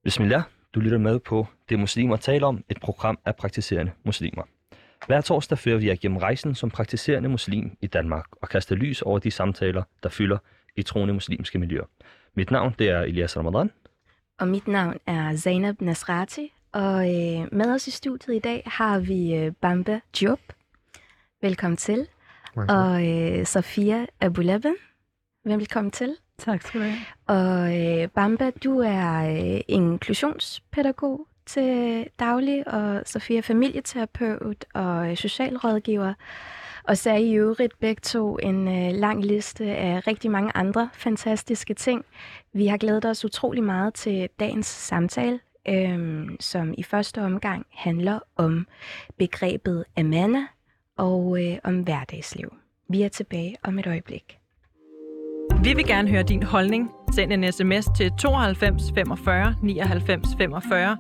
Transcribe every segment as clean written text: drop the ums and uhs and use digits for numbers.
Bismillah, du lytter med på Det Muslimer taler om, et program af praktiserende muslimer. Hver torsdag fører vi jer gennem rejsen som praktiserende muslim i Danmark og kaster lys over de samtaler, der fylder i troende muslimske miljøer. Mit navn det er Elias Ramadan. Og mit navn er Zainab Nasrati, og med os i studiet i dag har vi Bamba Diop. Velkommen til. Og Sofia Abulaban. Velkommen til. Tak skal du have. Og Bamba, du er inklusionspædagog til daglig, og Sofia familieterapeut og socialrådgiver. Og så er I øvrigt begge to en lang liste af rigtig mange andre fantastiske ting. Vi har glædet os utrolig meget til dagens samtale, som i første omgang handler om begrebet amana og om hverdagsliv. Vi er tilbage om et øjeblik. Vi vil gerne høre din holdning. Send en sms til 92 45 99 45.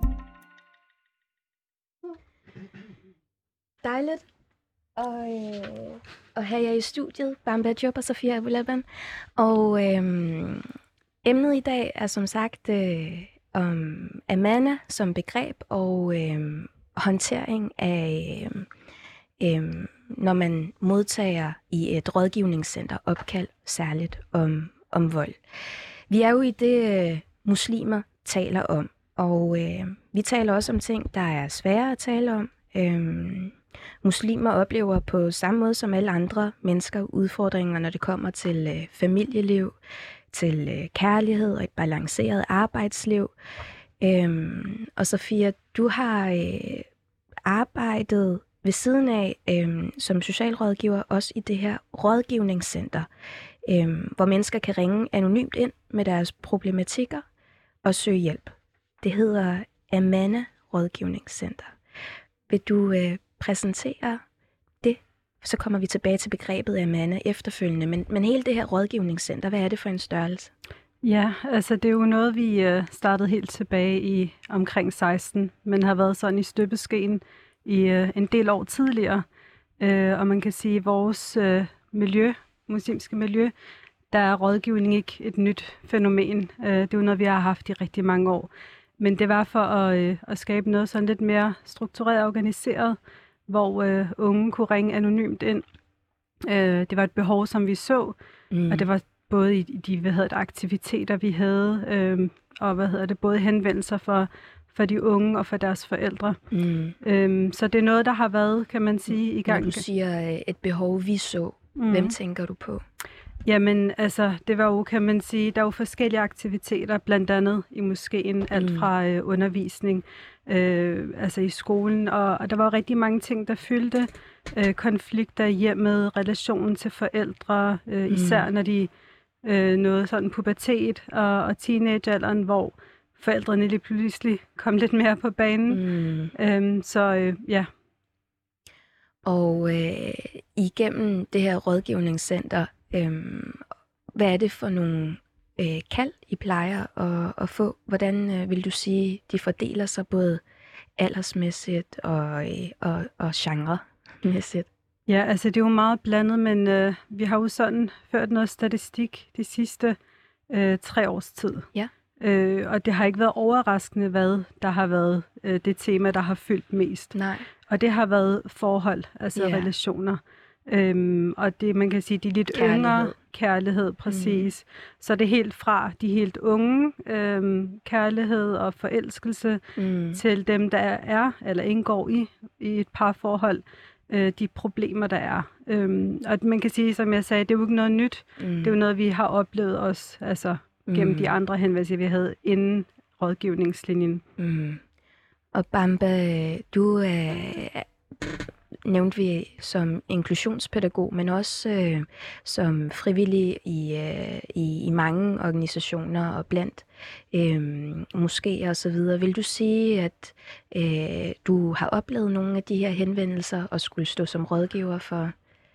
Dejligt at have jer i studiet, Bamba Diop og Sofia Abulaban. Og emnet i dag er som sagt om amana som begreb og håndtering af, når man modtager i et rådgivningscenter opkald særligt om vold. Vi er jo i det, muslimer taler om, og vi taler også om ting, der er svære at tale om. Muslimer oplever på samme måde som alle andre mennesker udfordringer, når det kommer til familieliv, til kærlighed og et balanceret arbejdsliv. Og Sofia, du har arbejdet ved siden af som socialrådgiver også i det her rådgivningscenter, hvor mennesker kan ringe anonymt ind med deres problematikker og søge hjælp. Det hedder Amana Rådgivningscenter. Vil du præsentere det? Så kommer vi tilbage til begrebet Amana efterfølgende. Men hele det her rådgivningscenter, hvad er det for en størrelse? Ja, altså det er jo noget, vi startede helt tilbage i omkring 16, men har været sådan i støbeskeen i en del år tidligere. Og man kan sige, at vores muslimske miljø, der er rådgivning ikke et nyt fænomen. Det er jo noget, vi har haft i rigtig mange år. Men det var for at skabe noget sådan lidt mere struktureret og organiseret, hvor unge kunne ringe anonymt ind. Det var et behov, som vi så, og det var både i de aktiviteter, vi havde, og både henvendelser for de unge og for deres forældre. Så det er noget, der har været, kan man sige, i gang. Når du siger et behov, vi så, hvem tænker du på? Jamen, altså, det var jo, kan man sige, der er jo forskellige aktiviteter, blandt andet i moskéen, alt fra undervisning, altså i skolen, og der var rigtig mange ting, der fyldte konflikter i hjemmet, relationen til forældre, især når de nåede sådan pubertet og teenagealderen, hvor forældrene lige pludselig kom lidt mere på banen. Ja. Og igennem det her rådgivningscenter, hvad er det for nogle kald, I plejer at få? Hvordan vil du sige, de fordeler sig både aldersmæssigt og genremæssigt? Ja, altså det er jo meget blandet, men vi har jo sådan ført noget statistik de sidste 3 års tid. Ja. Og det har ikke været overraskende, hvad der har været det tema, der har fyldt mest. Nej. Og det har været forhold, altså relationer. Og det, man kan sige, de lidt yngre kærlighed, præcis. Så det er helt fra de helt unge kærlighed og forelskelse til dem, der er eller indgår i et parforhold, de problemer, der er. Og man kan sige, som jeg sagde, det er jo ikke noget nyt. Det er jo noget, vi har oplevet os gennem de andre henvendelser, vi havde inden rådgivningslinjen. Og Bamba, du nævnte vi som inklusionspædagog, men også som frivillig i mange organisationer og blandt moskéer og så videre. Vil du sige, at du har oplevet nogle af de her henvendelser og skulle stå som rådgiver for?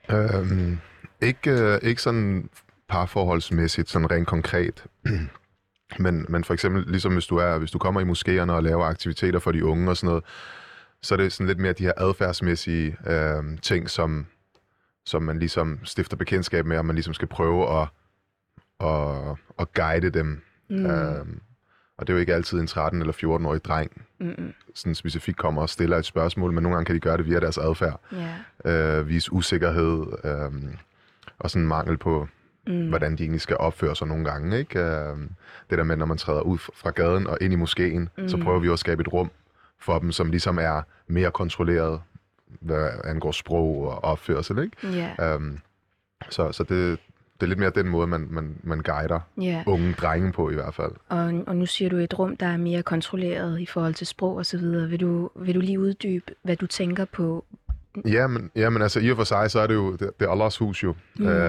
Ikke sådan parforholdsmæssigt, sådan rent konkret. Men for eksempel, ligesom hvis du kommer i moskéerne og laver aktiviteter for de unge og sådan noget, så er det sådan lidt mere de her adfærdsmæssige ting, som man ligesom stifter bekendtskab med, og man ligesom skal prøve at guide dem. Og det er jo ikke altid en 13- eller 14-årig dreng, sådan specifikt kommer og stiller et spørgsmål, men nogle gange kan de gøre det via deres adfærd. Vise usikkerhed og sådan mangel på, hvordan de egentlig skal opføre sig nogle gange. Ikke? Det der med, når man træder ud fra gaden og ind i moskeen, så prøver vi også at skabe et rum for dem, som ligesom er mere kontrolleret, hvad angår sprog og opførsel. Ikke? Så det er lidt mere den måde, man guider unge drenge på i hvert fald. Og nu siger du et rum, der er mere kontrolleret i forhold til sprog og så videre. Vil du lige uddybe, hvad du tænker på? Jamen altså i og for sig, så er det jo det er Allahs hus jo.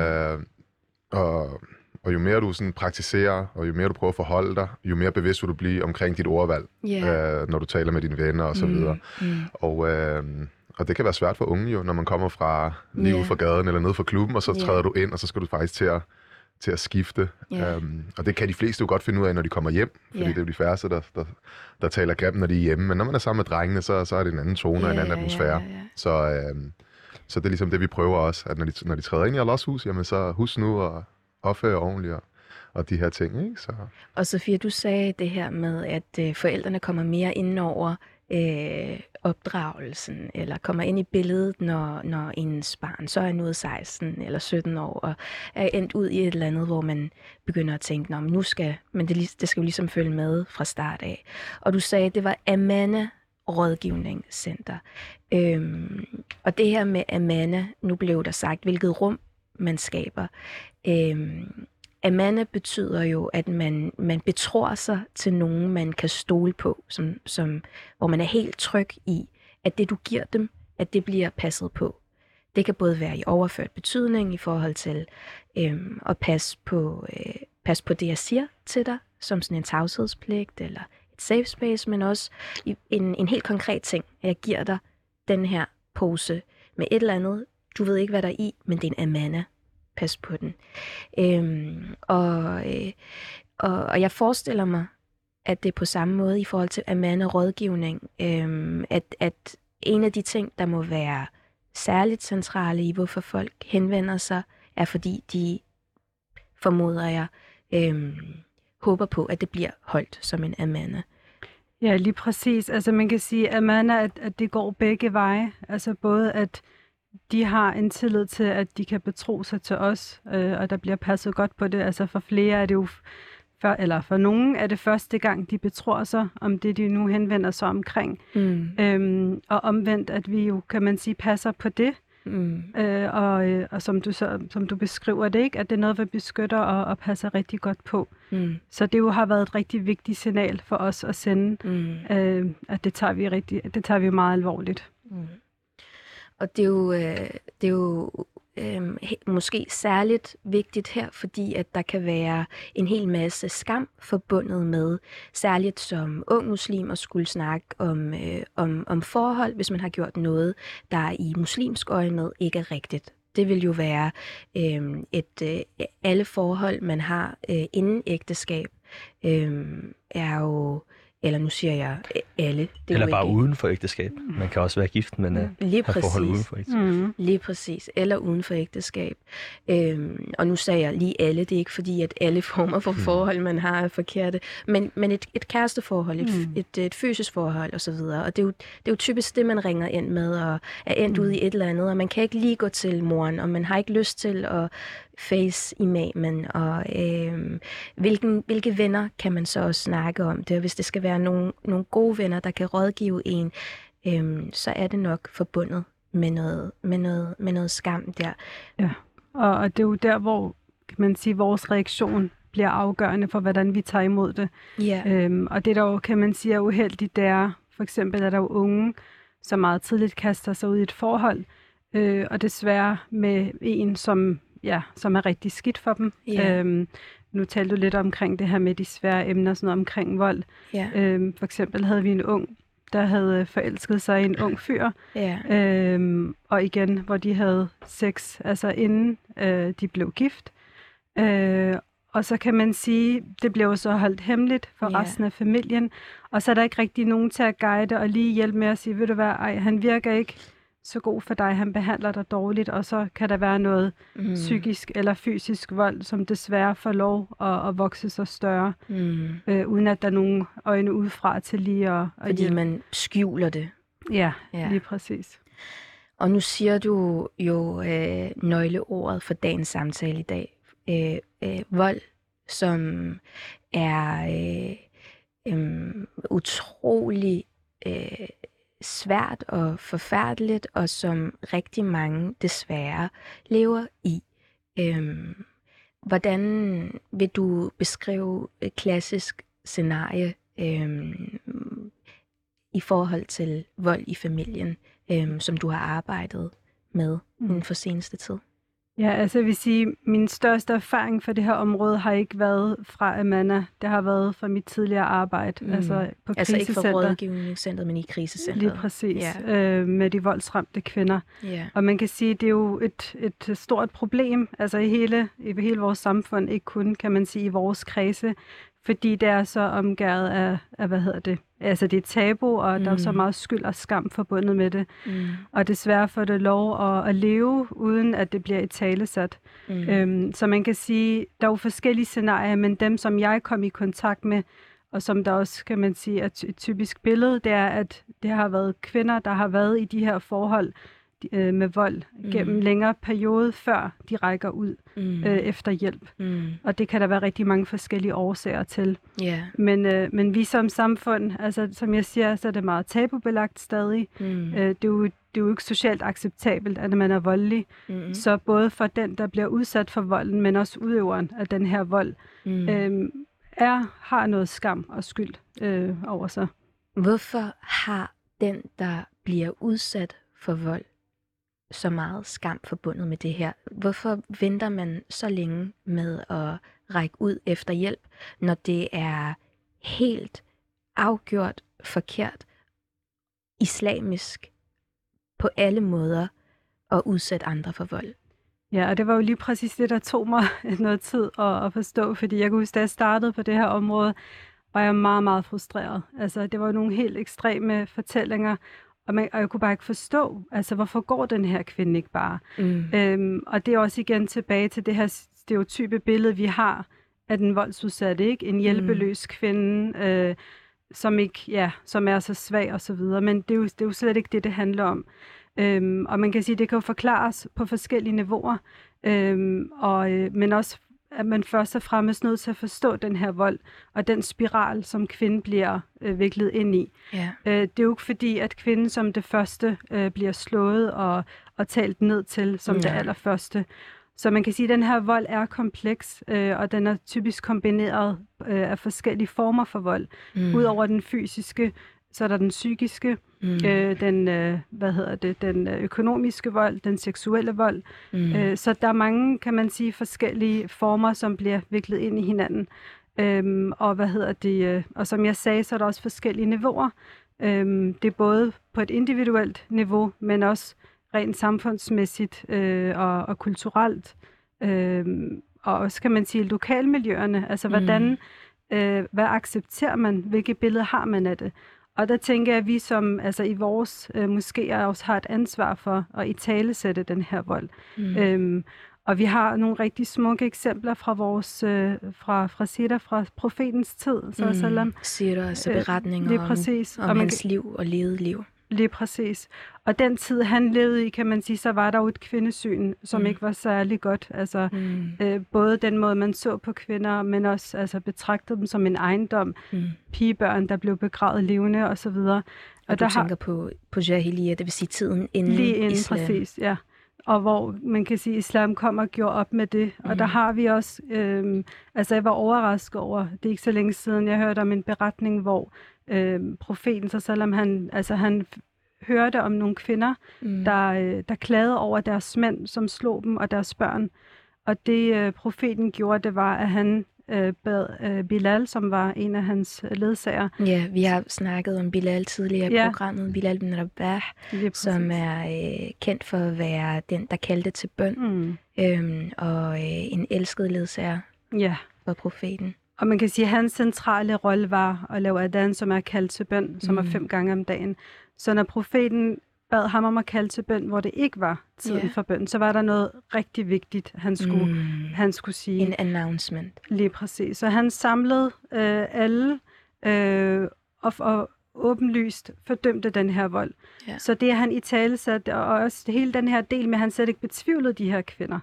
Og jo mere du sådan praktiserer, og jo mere du prøver at forholde dig, jo mere bevidst vil du blive omkring dit ordvalg, når du taler med dine venner og så videre. Og det kan være svært for unge jo, når man kommer fra lige ud fra gaden eller ned fra klubben, og så træder du ind, og så skal du faktisk til at skifte. Og det kan de fleste jo godt finde ud af, når de kommer hjem, fordi det er jo de færreste, der taler grimt, når de er hjemme. Men når man er sammen med drengene, så er det en anden tone og en anden atmosfære. Så det er ligesom det, vi prøver også, at når de træder ind i Allahs hus, jamen så husk nu at opføre ordentligt og de her ting. Ikke? Så. Og Sofia, du sagde det her med, at forældrene kommer mere ind over opdragelsen, eller kommer ind i billedet, når ens barn så er nået 16 eller 17 år, og er endt ud i et eller andet, hvor man begynder at tænke, men det skal jo ligesom følge med fra start af. Og du sagde, at det var Amana Rådgivningscenter. Og det her med Amana, nu blev der sagt, hvilket rum man skaber. Amana betyder jo, at man betror sig til nogen, man kan stole på, hvor man er helt tryg i, at det du giver dem, at det bliver passet på. Det kan både være i overført betydning i forhold til at passe på det, jeg siger til dig, som sådan en tavshedspligt eller et safe space, men også en helt konkret ting. Jeg giver dig den her pose med et eller andet. Du ved ikke, hvad der er i, men det er en amana. Pas på den. Og jeg forestiller mig, at det er på samme måde i forhold til amana rådgivning, at en af de ting, der må være særligt centrale i, hvorfor folk henvender sig, er fordi de, formoder jeg, håber på, at det bliver holdt som en amana. Ja, lige præcis. Altså man kan sige, amana, at det går begge veje. Altså både at de har en tillid til, at de kan betro sig til os, og der bliver passet godt på det. Altså for flere er det jo, for nogen er det første gang, de betror sig om det, de nu henvender sig omkring. Og omvendt, at vi jo, kan man sige, passer på det. Og som du beskriver det, ikke, at det er noget, vi beskytter og passer rigtig godt på. Så det jo har været et rigtig vigtigt signal for os at sende, at det tager vi meget alvorligt. Og det er jo måske særligt vigtigt her, fordi at der kan være en hel masse skam forbundet med, særligt som ung muslim at skulle snakke om forhold, hvis man har gjort noget, der i muslimsk øjemed ikke er rigtigt. Det vil jo være alle forhold, man har inden ægteskab, er jo, eller nu siger jeg alle. Det eller bare uden for ægteskab. Man kan også være gift, men have forhold uden for ægteskab. Lige præcis. Eller uden for ægteskab. Og nu sagde jeg lige alle. Det er ikke fordi, at alle former for forhold, man har, er forkerte. Men et kæresteforhold, et fysisk forhold osv. Og det er jo typisk det, man ringer ind med, og er endt ud i et eller andet. Og man kan ikke lige gå til moren, og man har ikke lyst til at face imamen, og hvilke venner kan man så også snakke om det, og hvis det skal være nogle gode venner, der kan rådgive en, så er det nok forbundet med noget skam der. Ja, og det er jo der, hvor kan man sige, vores reaktion bliver afgørende for, hvordan vi tager imod det. Yeah. Og det der jo, kan man sige, er uheldigt, det er for eksempel, at der er unge, som meget tidligt kaster sig ud i et forhold, og desværre med en, som er rigtig skidt for dem. Yeah. Nu talte du lidt omkring det her med de svære emner, sådan noget omkring vold. Yeah. For eksempel havde vi en ung, der havde forelsket sig i en ung fyr. Yeah. Og igen, hvor de havde sex, altså inden de blev gift. Og så kan man sige, det blev så holdt hemmeligt for resten af familien. Og så er der ikke rigtig nogen til at guide og lige hjælpe med at sige, ved du hvad, han virker ikke så god for dig, han behandler dig dårligt, og så kan der være noget psykisk eller fysisk vold, som desværre får lov at vokse sig større, uden at der er nogen øjne udefra til lige at Fordi hjælpe. man skjuler det. Ja, Ja. lige præcis. Og nu siger du jo nøgleordet for dagens samtale i dag. Vold, som er utrolig svært og forfærdeligt, og som rigtig mange desværre lever i. Hvordan vil du beskrive et klassisk scenarie i forhold til vold i familien, som du har arbejdet med inden for seneste tid? Ja, altså jeg vil sige, min største erfaring for det her område har ikke været fra Amanda. Det har været fra mit tidligere arbejde, altså på Altså ikke for krisecenter. Rådgivningscentret, men i krisecentret. Lige præcis, med de voldsramte kvinder. Ja. Og man kan sige, det er jo et stort problem, altså i hele vores samfund, ikke kun, kan man sige, i vores kredse, fordi det er så omgærdet af altså det er tabu, og der er så meget skyld og skam forbundet med det. Og desværre får det lov at leve, uden at det bliver italesat. Så man kan sige, der er jo forskellige scenarier, men dem, som jeg kom i kontakt med, og som der også, kan man sige, er et typisk billede, det er, at det har været kvinder, der har været i de her forhold med vold gennem længere periode, før de rækker ud efter hjælp. Og det kan der være rigtig mange forskellige årsager til. Yeah. Men vi som samfund, altså som jeg siger, så er det meget tabubelagt stadig. Det er jo ikke socialt acceptabelt, at man er voldelig. Så både for den, der bliver udsat for volden, men også udøveren af den her vold, har noget skam og skyld over sig. Hvorfor har den, der bliver udsat for vold, så meget skam forbundet med det her? Hvorfor venter man så længe med at række ud efter hjælp, når det er helt afgjort forkert, islamisk på alle måder at udsætte andre for vold? Ja, og det var jo lige præcis det, der tog mig noget tid at forstå, fordi jeg kunne huske, da jeg startede på det her område, var jeg meget, meget frustreret. Altså, det var nogle helt ekstreme fortællinger, og jeg kunne bare ikke forstå, altså, hvorfor går den her kvinde ikke bare? Og det er også igen tilbage til det her stereotype billede, vi har af den voldsudsatte, ikke? En hjælpeløs kvinde, som er så svag og så videre. Men det er jo slet ikke det handler om. Og man kan sige, at det kan jo forklares på forskellige niveauer, men også at man først og fremmest nødt til at forstå den her vold og den spiral, som kvinden bliver viklet ind i. Yeah. Det er jo ikke fordi, at kvinden som det første bliver slået og talt ned til som det allerførste. Så man kan sige, at den her vold er kompleks, og den er typisk kombineret af forskellige former for vold. Udover den fysiske, så er der den psykiske, den økonomiske vold, den seksuelle vold. Så der er mange, kan man sige, forskellige former, som bliver viklet ind i hinanden. Og som jeg sagde, så er der også forskellige niveauer. Det er både på et individuelt niveau, men også rent samfundsmæssigt og kulturelt. Og også, kan man sige, lokalmiljøerne. Altså, hvad accepterer man? Hvilke billeder har man af det? Og der tænker jeg, at vi som i vores moskéer også har et ansvar for at italesætte den her vold. Og vi har nogle rigtig smukke eksempler fra vores fra Sira, fra profetens tid. Sira, altså beretninger om hans liv og levet liv. Lige præcis. Og den tid, han levede i, kan man sige, så var der jo et kvindesyn, som ikke var særlig godt. Altså, både den måde, man så på kvinder, men også betragtede dem som en ejendom. Pigebørn, der blev begravet levende osv. Og du tænker på Jahiliya, det vil sige tiden inden lige inden, islam. Præcis, ja. Og hvor man kan sige, at islam kom og gjorde op med det. Og der har vi også, jeg var overrasket over, det er ikke så længe siden, jeg hørte om en beretning, hvor profeten, han hørte om nogle kvinder, der klagede over deres mænd, som slog dem, og deres børn. Og det profeten gjorde, det var, at han bad Bilal, som var en af hans ledsager. Ja, vi har snakket om Bilal tidligere i programmet. Bilal bin Rabah, som er kendt for at være den, der kaldte til bøn, og en elsket ledsager for profeten. Og man kan sige, at hans centrale rolle var at lave adhan, som er kaldt til bøn, som er 5 gange om dagen. Så når profeten bad ham om at kalde til bøn, hvor det ikke var tiden for bøn, så var der noget rigtig vigtigt, han skulle sige. En announcement. Lige præcis. Så han samlede alle og åbenlyst fordømte den her vold. Ja. Så det han i tale satte, og også hele den her del med, at han slet ikke betvivlede de her kvinder,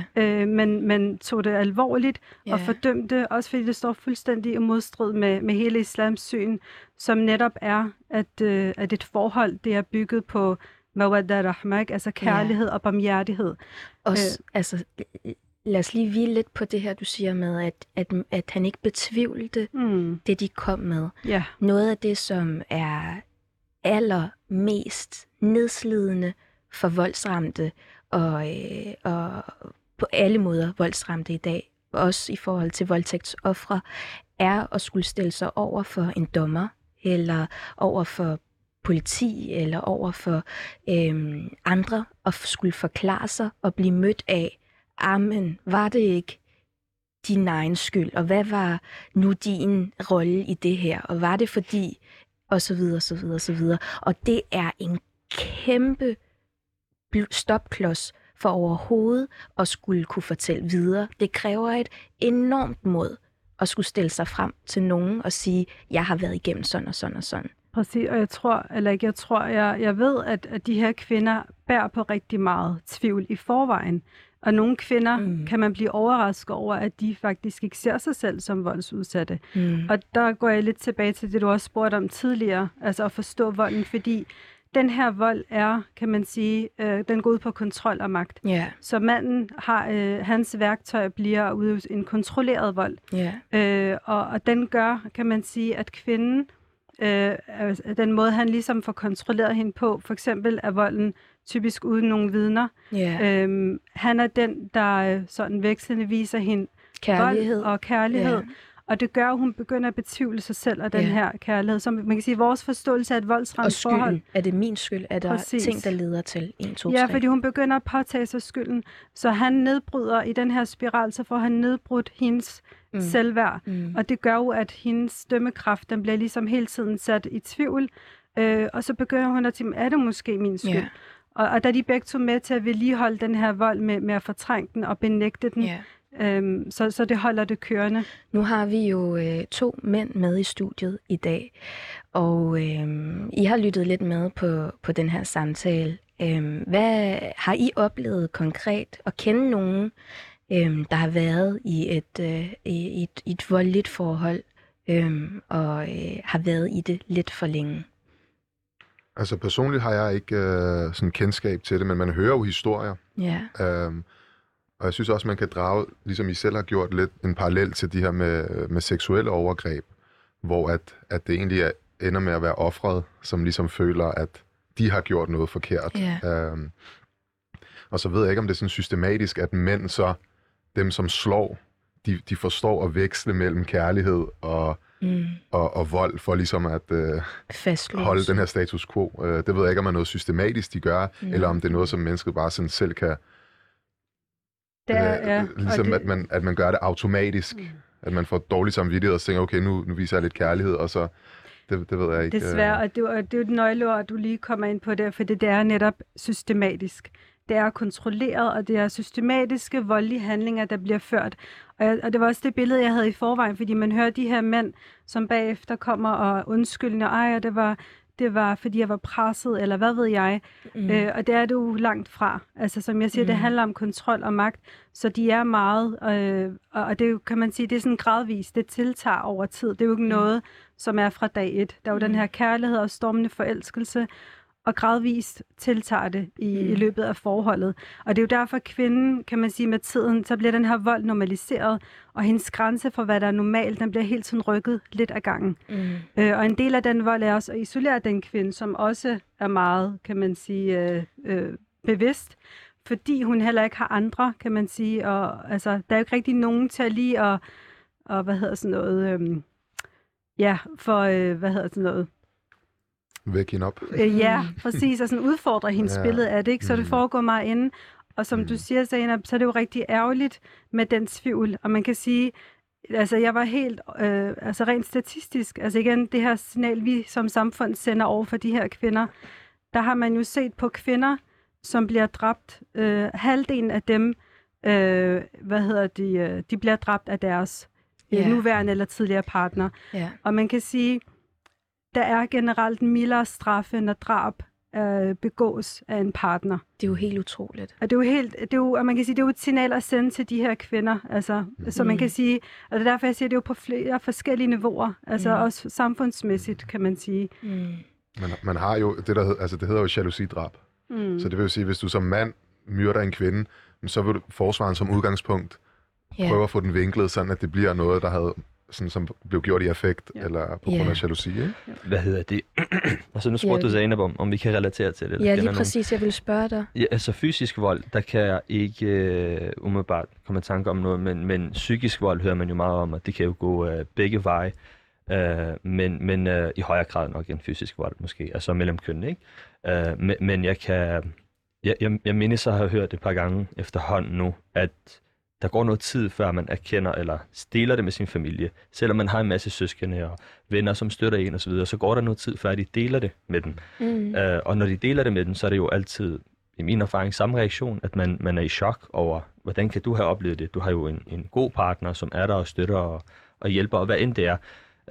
men tog det alvorligt og fordømte, også fordi det står fuldstændig i modstrid med hele islams syn, som netop er, at et forhold, det er bygget på mawadda rahma, altså kærlighed og barmhjertighed. Også, lad os lige hvile lidt på det her, du siger med, at han ikke betvivlte det, de kom med. Yeah. Noget af det, som er allermest nedslidende for voldsramte, og på alle måder voldsramte i dag, også i forhold til voldtægtsofre, er at skulle stille sig over for en dommer, eller over for politi, eller over for andre, og skulle forklare sig og blive mødt af, amen, var det ikke din egen skyld, og hvad var nu din rolle i det her, og var det fordi, og så videre, så videre, så videre. Og det er en kæmpe stopklods for overhovedet at skulle kunne fortælle videre. Det kræver et enormt mod at skulle stille sig frem til nogen og sige, jeg har været igennem sådan og sådan og sådan. Præcis, og jeg ved, at de her kvinder bærer på rigtig meget tvivl i forvejen. Og nogle kvinder kan man blive overrasket over, at de faktisk ikke ser sig selv som voldsudsatte. Og der går jeg lidt tilbage til det, du også spurgte om tidligere, altså at forstå volden, fordi den her vold er, kan man sige, den går ud på kontrol og magt. Yeah. Så manden har, hans værktøj bliver at udøve en kontrolleret vold. Yeah. Og den gør, kan man sige, at kvinden, den måde han ligesom får kontrolleret hende på, for eksempel er volden typisk uden nogen vidner. Yeah. Han er den, der sådan vekslende viser hende kærlighed. Vold og kærlighed. Yeah. Og det gør, at hun begynder at betvivle sig selv af den her kærlighed. Så man kan sige, vores forståelse af et voldsramt forhold. Og er det min skyld? Er der ting, der leder til 1, 2, 3? Ja, fordi hun begynder at påtage sig skylden. Så han nedbryder i den her spiral, så får han nedbrudt hendes selvværd. Og det gør jo, at hendes dømmekraft, den bliver ligesom hele tiden sat i tvivl. Og så begynder hun at tænke, er det måske min skyld? Yeah. Og der er de begge to med til at vedligeholde den her vold med at fortrænge den og benægte den. Yeah. Så det holder det kørende. Nu har vi jo 2 mænd med i studiet i dag, og I har lyttet lidt med på den her samtale. Hvad har I oplevet konkret at kende nogen, der har været i et voldeligt forhold, og har været i det lidt for længe? Altså personligt har jeg ikke sådan kendskab til det, men man hører jo historier. Ja. Og jeg synes også, man kan drage, ligesom I selv har gjort, lidt en parallel til de her med seksuelle overgreb, hvor at det egentlig ender med at være offret, som ligesom føler, at de har gjort noget forkert. Yeah. Og så ved jeg ikke, om det er sådan systematisk, at mænd så, dem som slår, de forstår at veksle mellem kærlighed og vold, for ligesom at holde den her status quo. Det ved jeg ikke, om det er noget systematisk, de gør, eller om det er noget, som mennesket bare sådan selv kan... ligesom at man gør det automatisk, at man får dårlig samvittighed og tænker, okay, nu viser jeg lidt kærlighed, og så, det ved jeg ikke. Desværre, og det er jo et nøgleord, du lige kommer ind på der, for det er netop systematisk. Det er kontrolleret, og det er systematiske voldelige handlinger, der bliver ført. Og det var også det billede, jeg havde i forvejen, fordi man hører de her mænd, som bagefter kommer og undskyldende, og det var fordi jeg var presset, eller hvad ved jeg. Og det er det jo langt fra. Altså som jeg siger, det handler om kontrol og magt, så de er meget, og det er jo, kan man sige, det er sådan gradvist, det tiltager over tid. Det er jo ikke noget, som er fra dag 1. Der er jo den her kærlighed og stormende forelskelse, og gradvist tiltager det i løbet af forholdet. Og det er jo derfor, kvinden, kan man sige, med tiden, så bliver den her vold normaliseret, og hendes grænse for, hvad der er normalt, den bliver helt sådan rykket lidt ad gangen. Og en del af den vold er også at isolere den kvinde, som også er meget, kan man sige, bevidst, fordi hun heller ikke har andre, kan man sige, og altså, der er jo ikke rigtig nogen til at lige og hvad hedder sådan noget, hvad hedder sådan noget, væk hende op. Ja, præcis, og sådan udfordrer hendes billede af det, ikke? Så det foregår meget inde. Og som du siger, Zainab, så er det jo rigtig ærgerligt med den tvivl. Og man kan sige, altså jeg var helt, rent statistisk, altså igen, det her signal, vi som samfund sender over for de her kvinder, der har man jo set på kvinder, som bliver dræbt. Halvdelen af dem, de bliver dræbt af deres nuværende eller tidligere partner. Ja. Og man kan sige, der er generelt mildere straffe, når drab begås af en partner. Det er jo helt utroligt. Og man kan sige, det er jo et signal at sende til de her kvinder, altså, så man kan sige, og det er derfor, jeg siger, det er jo på flere forskellige niveauer, altså også samfundsmæssigt, kan man sige. Man har jo, det hedder jo jalousidrab. Så det vil jo sige, hvis du som mand myrder en kvinde, så vil forsvaren som udgangspunkt prøve at få den vinklet, sådan at det bliver noget, der havde sådan, som blev gjort i affekt, eller på grund af jalousi, ikke? Hvad hedder det? Altså nu spurgte du Zainab om vi kan relatere til det. Ja, lige præcis. Jeg vil spørge dig. Ja, altså fysisk vold, der kan jeg ikke umiddelbart komme i tanke om noget, men psykisk vold hører man jo meget om, og det kan jo gå begge veje, men i højere grad nok end fysisk vold måske, altså mellem kønnene, ikke? Men jeg mindes at have hørt et par gange efterhånden nu, at der går noget tid, før man erkender eller deler det med sin familie. Selvom man har en masse søskende og venner, som støtter en osv., så går der noget tid, før de deler det med dem. Og når de deler det med dem, så er det jo altid, i min erfaring, samme reaktion, at man er i chok over, hvordan kan du have oplevet det? Du har jo en god partner, som er der og støtter og hjælper, og hvad end det er.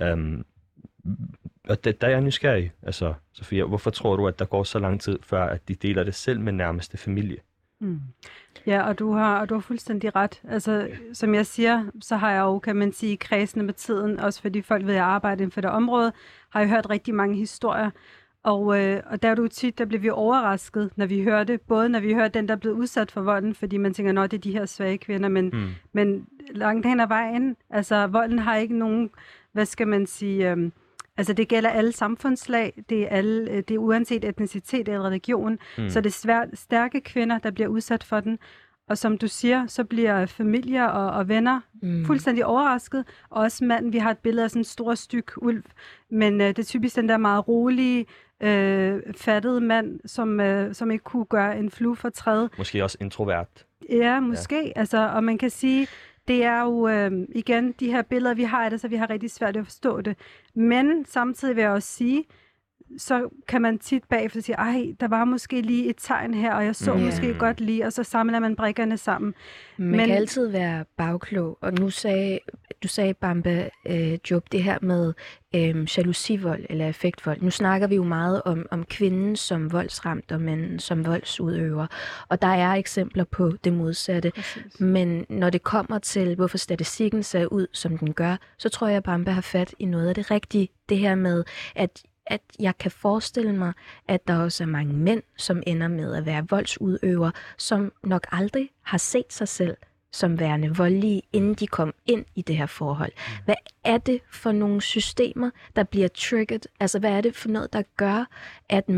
Og der er jeg nysgerrig. Altså, Sofia, hvorfor tror du, at der går så lang tid, før at de deler det selv med nærmeste familie? Ja, og du har fuldstændig ret. Altså, som jeg siger, så har jeg jo, kan man sige, kredsende med tiden, også fordi folk ved at arbejde inden for det område, har jeg hørt rigtig mange historier. Og der er du tit, der bliver vi overrasket, når vi hører det. Både når vi hører den, der er blevet udsat for volden, fordi man tænker, det er de her svage kvinder, men langt hen ad vejen, altså volden har ikke nogen, hvad skal man sige, altså det gælder alle samfundslag, det er uanset etnicitet eller religion, så det er stærke kvinder, der bliver udsat for den. Og som du siger, så bliver familier og venner fuldstændig overrasket. Og også manden, vi har et billede af sådan en stor styk ulv, men det er typisk den der meget rolige, fattede mand, som ikke kunne gøre en flue for træd. Måske også introvert. Ja, måske. Ja. Altså, og man kan sige, det er jo igen de her billeder, vi har af det, så vi har rigtig svært ved at forstå det. Men samtidig vil jeg også sige, så kan man tit bagefter sige, der var måske lige et tegn her, og jeg så måske godt lige, og så samler man brikkerne sammen. Man kan altid være bagklog, og nu du sagde Bamba Job, det her med jalousivold eller affektvold. Nu snakker vi jo meget om kvinden som voldsramt og mænd som voldsudøver, og der er eksempler på det modsatte. Præcis. Men når det kommer til, hvorfor statistikken ser ud, som den gør, så tror jeg, at Bamba har fat i noget af det rigtige. Det her med, at jeg kan forestille mig, at der også er mange mænd, som ender med at være voldsudøvere, som nok aldrig har set sig selv som værende voldelige, inden de kom ind i det her forhold. Hvad er det for nogle systemer, der bliver triggered? Altså, hvad er det for noget, der gør, at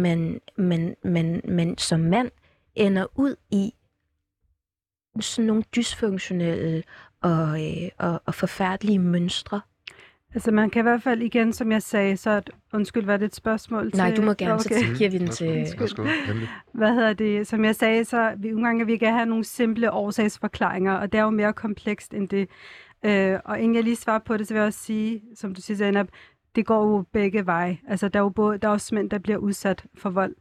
man som mand ender ud i sådan nogle dysfunktionelle og forfærdelige mønstre? Altså man kan i hvert fald igen, som jeg sagde, så undskyld, var det et spørgsmål til? Nej, du må gerne, så giver vi den til... Hvad hedder det? Som jeg sagde, så nogle gange vi kan have nogle simple årsagsforklaringer, og det er jo mere komplekst end det. Og inden jeg lige svarer på det, så vil jeg også sige, som du siger, Zainab, det går jo begge veje. Altså der er også mænd, der bliver udsat for vold.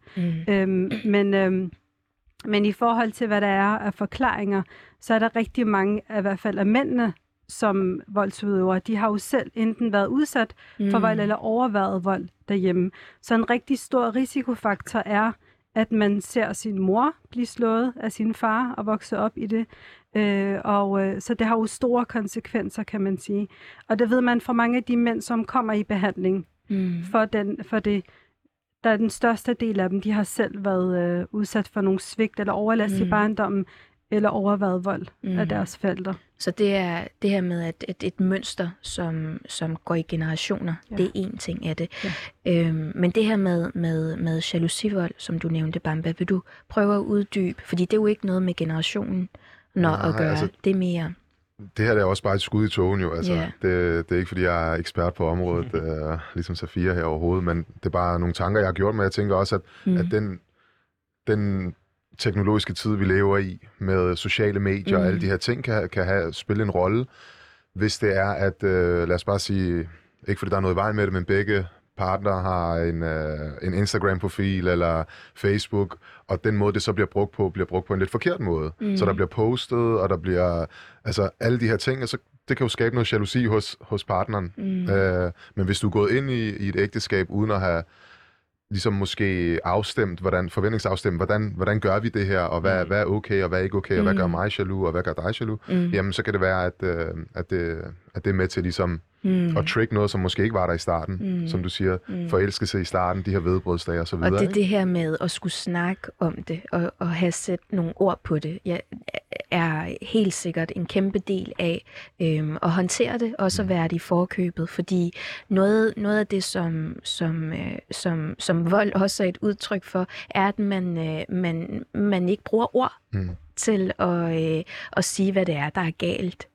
Men i forhold til, hvad der er af forklaringer, så er der rigtig mange, i hvert fald af mændene, som voldsudøvere, de har jo selv enten været udsat for vold eller overværet vold derhjemme. Så en rigtig stor risikofaktor er, at man ser sin mor blive slået af sin far og vokse op i det. Så det har jo store konsekvenser, kan man sige. Og det ved man fra mange af de mænd, som kommer i behandling for det. Der er den største del af dem, de har selv været udsat for nogle svigt eller overlast i barndommen, eller overværet vold af deres forældre. Så det er det her med at et mønster, som går i generationer, det er en ting af det. Ja. Men det her med jalousivold, som du nævnte, Bamba, vil du prøve at uddybe? Fordi det er jo ikke noget med generationen at gøre. Altså, det er mere... Det her er også bare et skud i togen jo. Altså, det er ikke, fordi jeg er ekspert på området, ligesom Safia her overhovedet, men det er bare nogle tanker, jeg har gjort mig. Jeg tænker også, at den teknologiske tid, vi lever i, med sociale medier og alle de her ting, kan spille en rolle, hvis det er, at lad os bare sige, ikke fordi der er noget i vejen med det, men partner har en Instagram-profil eller Facebook, og den måde, det så bliver brugt på en lidt forkert måde. Så der bliver postet, og der bliver altså alle de her ting, og så det kan jo skabe noget jalousi hos partneren. Men hvis du er gået ind i et ægteskab uden at have ligesom måske forventningsafstemt, hvordan gør vi det her, og hvad er okay, og hvad er ikke okay, og hvad gør mig jaloux, og hvad gør dig jaloux, jamen så kan det være, at det er med til ligesom at trick noget, som måske ikke var der i starten, som du siger, forelskelse i starten, de her vedbrødsdage og så videre. Og det er det her med at skulle snakke om det, og have sat nogle ord på det, er helt sikkert en kæmpe del af at håndtere det, og så være det i forkøbet, fordi noget af det, som vold også er et udtryk for, er, at man ikke bruger ord til at sige, hvad det er, der er galt.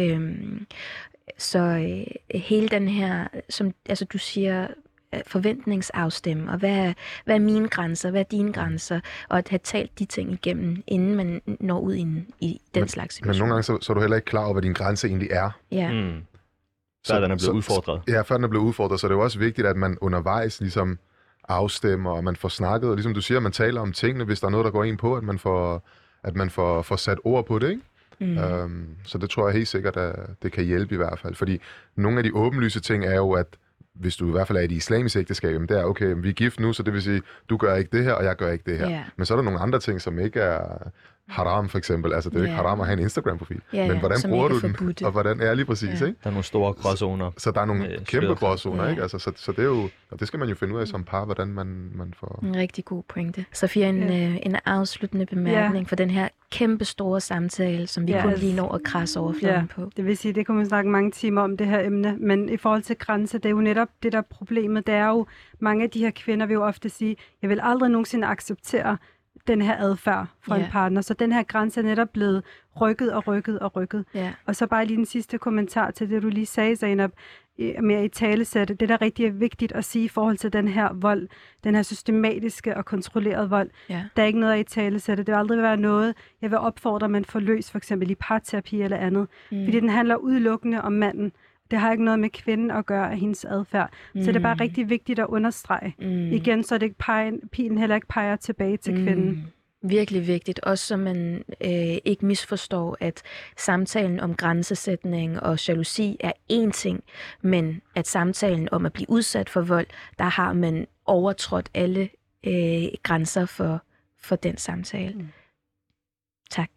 Så hele den her, som altså du siger, forventningsafstemme, og hvad er mine grænser, hvad er dine grænser, og at have talt de ting igennem, inden man når ud i den slags situation. Men nogle gange så er du heller ikke klar over, hvad din grænse egentlig er. Ja. Før den er blevet udfordret. Ja, før den er blevet udfordret, så det er jo også vigtigt, at man undervejs ligesom afstemmer, og man får snakket, og ligesom du siger, man taler om tingene, hvis der er noget, der går ind på, at man får sat ord på det, ikke? Så det tror jeg helt sikkert, at det kan hjælpe i hvert fald. Fordi nogle af de åbenlyse ting er jo, at hvis du i hvert fald er i et islamisk ægteskab, det er okay, vi er gift nu, så det vil sige, du gør ikke det her, og jeg gør ikke det her. Yeah. Men så er der nogle andre ting, som ikke er haram, for eksempel. Altså, det er jo ikke haram at have en Instagram-profil. Yeah, men hvordan bruger du den? Og hvordan er lige præcis, ikke? Der er nogle store gråzoner. Så der er nogle kæmpe gråzoner, ikke? Altså, så det er jo, og det skal man jo finde ud af som par, hvordan man får... En rigtig god pointe. Sofia, en afsluttende bemærkning for den her kæmpe store samtale, som vi kun lige når at krasse overfladen på. Det vil sige, det kunne man snakke mange timer om, det her emne. Men i forhold til grænser, det er jo netop det, der er problemet. Det er jo, mange af de her kvinder vil jo ofte sige, jeg vil aldrig nogensinde acceptere den her adfærd fra en partner. Så den her grænse er netop blevet rykket. Yeah. Og så bare lige den sidste kommentar til det, du lige sagde, Zainab, mere i talesætte. Det, der rigtig er vigtigt at sige i forhold til den her vold, den her systematiske og kontrollerede vold, der er ikke noget af i talesætte. Det vil aldrig være noget, jeg vil opfordre, at man får løst, for eksempel i parterapi eller andet. Fordi den handler udelukkende om manden. Det har ikke noget med kvinden at gøre af hendes adfærd. Så det er bare rigtig vigtigt at understrege. Igen, så det pilen heller ikke peger tilbage til kvinden. Virkelig vigtigt. Også så man ikke misforstår, at samtalen om grænsesætning og jalousi er én ting, men at samtalen om at blive udsat for vold, der har man overtrådt alle grænser for den samtale. Tak.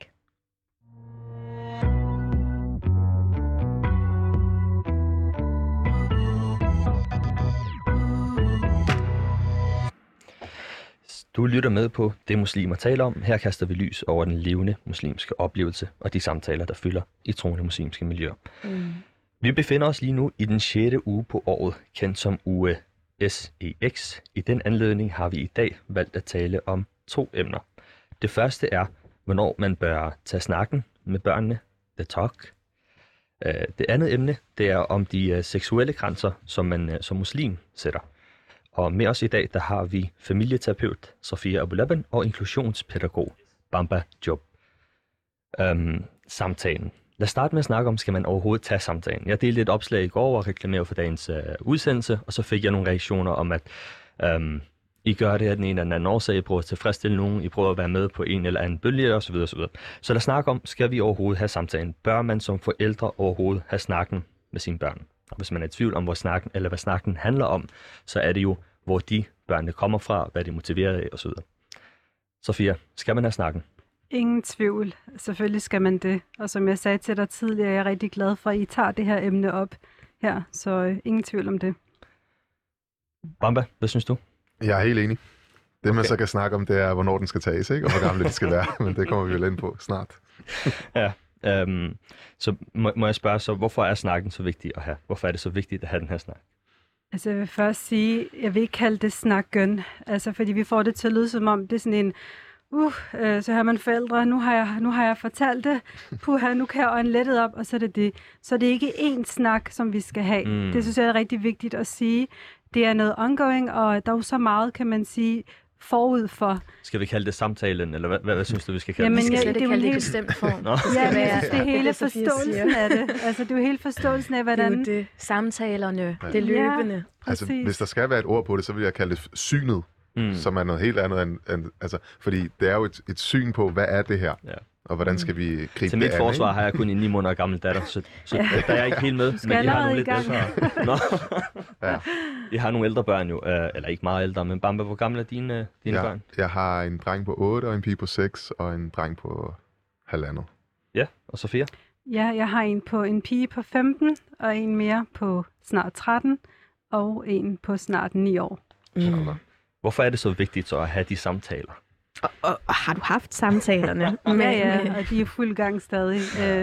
Du lytter med på Det Muslimer taler om. Her kaster vi lys over den levende muslimske oplevelse og de samtaler, der fylder i troende muslimske miljøer. Vi befinder os lige nu i den 6. uge på året, kendt som uge SEX. I den anledning har vi i dag valgt at tale om 2 emner. Det første er, hvornår man bør tage snakken med børnene, the talk. Det andet emne, det er om de seksuelle grænser, som man som muslim sætter. Og med os i dag, der har vi familieterapeut Sofia Abulaban og inklusionspædagog Bamba Job. Samtalen. Lad os starte med at snakke om, skal man overhovedet tage samtalen? Jeg delte et opslag i går og reklamerede for dagens udsendelse, og så fik jeg nogle reaktioner om, at I gør det af den ene eller anden årsag, I prøver at tilfredsstille nogen, I prøver at være med på en eller anden bølge osv. osv. Så lad os snakke om, skal vi overhovedet have samtalen? Bør man som forældre overhovedet have snakken med sine børn? Og hvis man er i tvivl om, hvad snakken handler om, så er det jo, hvor de børnene kommer fra, hvad de er motiveret af osv. Sofia, skal man have snakken? Ingen tvivl. Selvfølgelig skal man det. Og som jeg sagde til dig tidligere, jeg er rigtig glad for, at I tager det her emne op her. Så ingen tvivl om det. Bamba, hvad synes du? Jeg er helt enig. Det man så kan snakke om, det er, hvornår den skal tages, ikke? Og hvor gamle det skal være. Men det kommer vi jo ind på snart. Ja. Så må jeg spørge, så hvorfor er snakken så vigtig at have? Hvorfor er det så vigtigt at have den her snak? Altså jeg vil først sige, jeg vil ikke kalde det snakken. Altså fordi vi får det til at lyde som om, det er sådan en, så har man forældre, nu har jeg fortalt det, nu kan jeg øjne lettet op, og så er det det. Så det er ikke én snak, som vi skal have. Det synes jeg er rigtig vigtigt at sige. Det er noget ongoing, og der er jo så meget, kan man sige, forud for. Skal vi kalde det samtalen, eller hvad synes du, vi skal kalde Jamen, det? Vi skal slet det er ikke jo kalde det i helt- bestemt form. Nå. Det Ja, skal men jeg være, synes, det er hele det, Sofia forståelsen siger. af det. Altså, det er jo hele forståelsen af, Det er hvordan... jo det. Samtalerne, Ja. det løbende. Altså, Præcis. hvis der skal være et ord på det, så vil jeg kalde det synet, som er noget helt andet end altså, fordi det er jo et syn på, hvad er det her, Ja. og hvordan skal vi gribe Til det mit an, forsvar ikke? har jeg kun en 9 måneder gammel datter, så der er jeg ikke helt med. skal Men I har allerede nogle i lidt gang. ældre. Nå. Ja. I har nogle ældre børn jo, eller ikke meget ældre, men Bamba, hvor gamle er dine børn? Jeg har en dreng på 8, og en pige på 6, og en dreng på 1,5. Ja, og Sofia? Ja, jeg har en pige på 15, og en mere på snart 13, og en på snart 9 år. Mm. Hvorfor er det så vigtigt så at have de samtaler? Og har du haft samtalerne? Ja, og de er fuld gang stadig.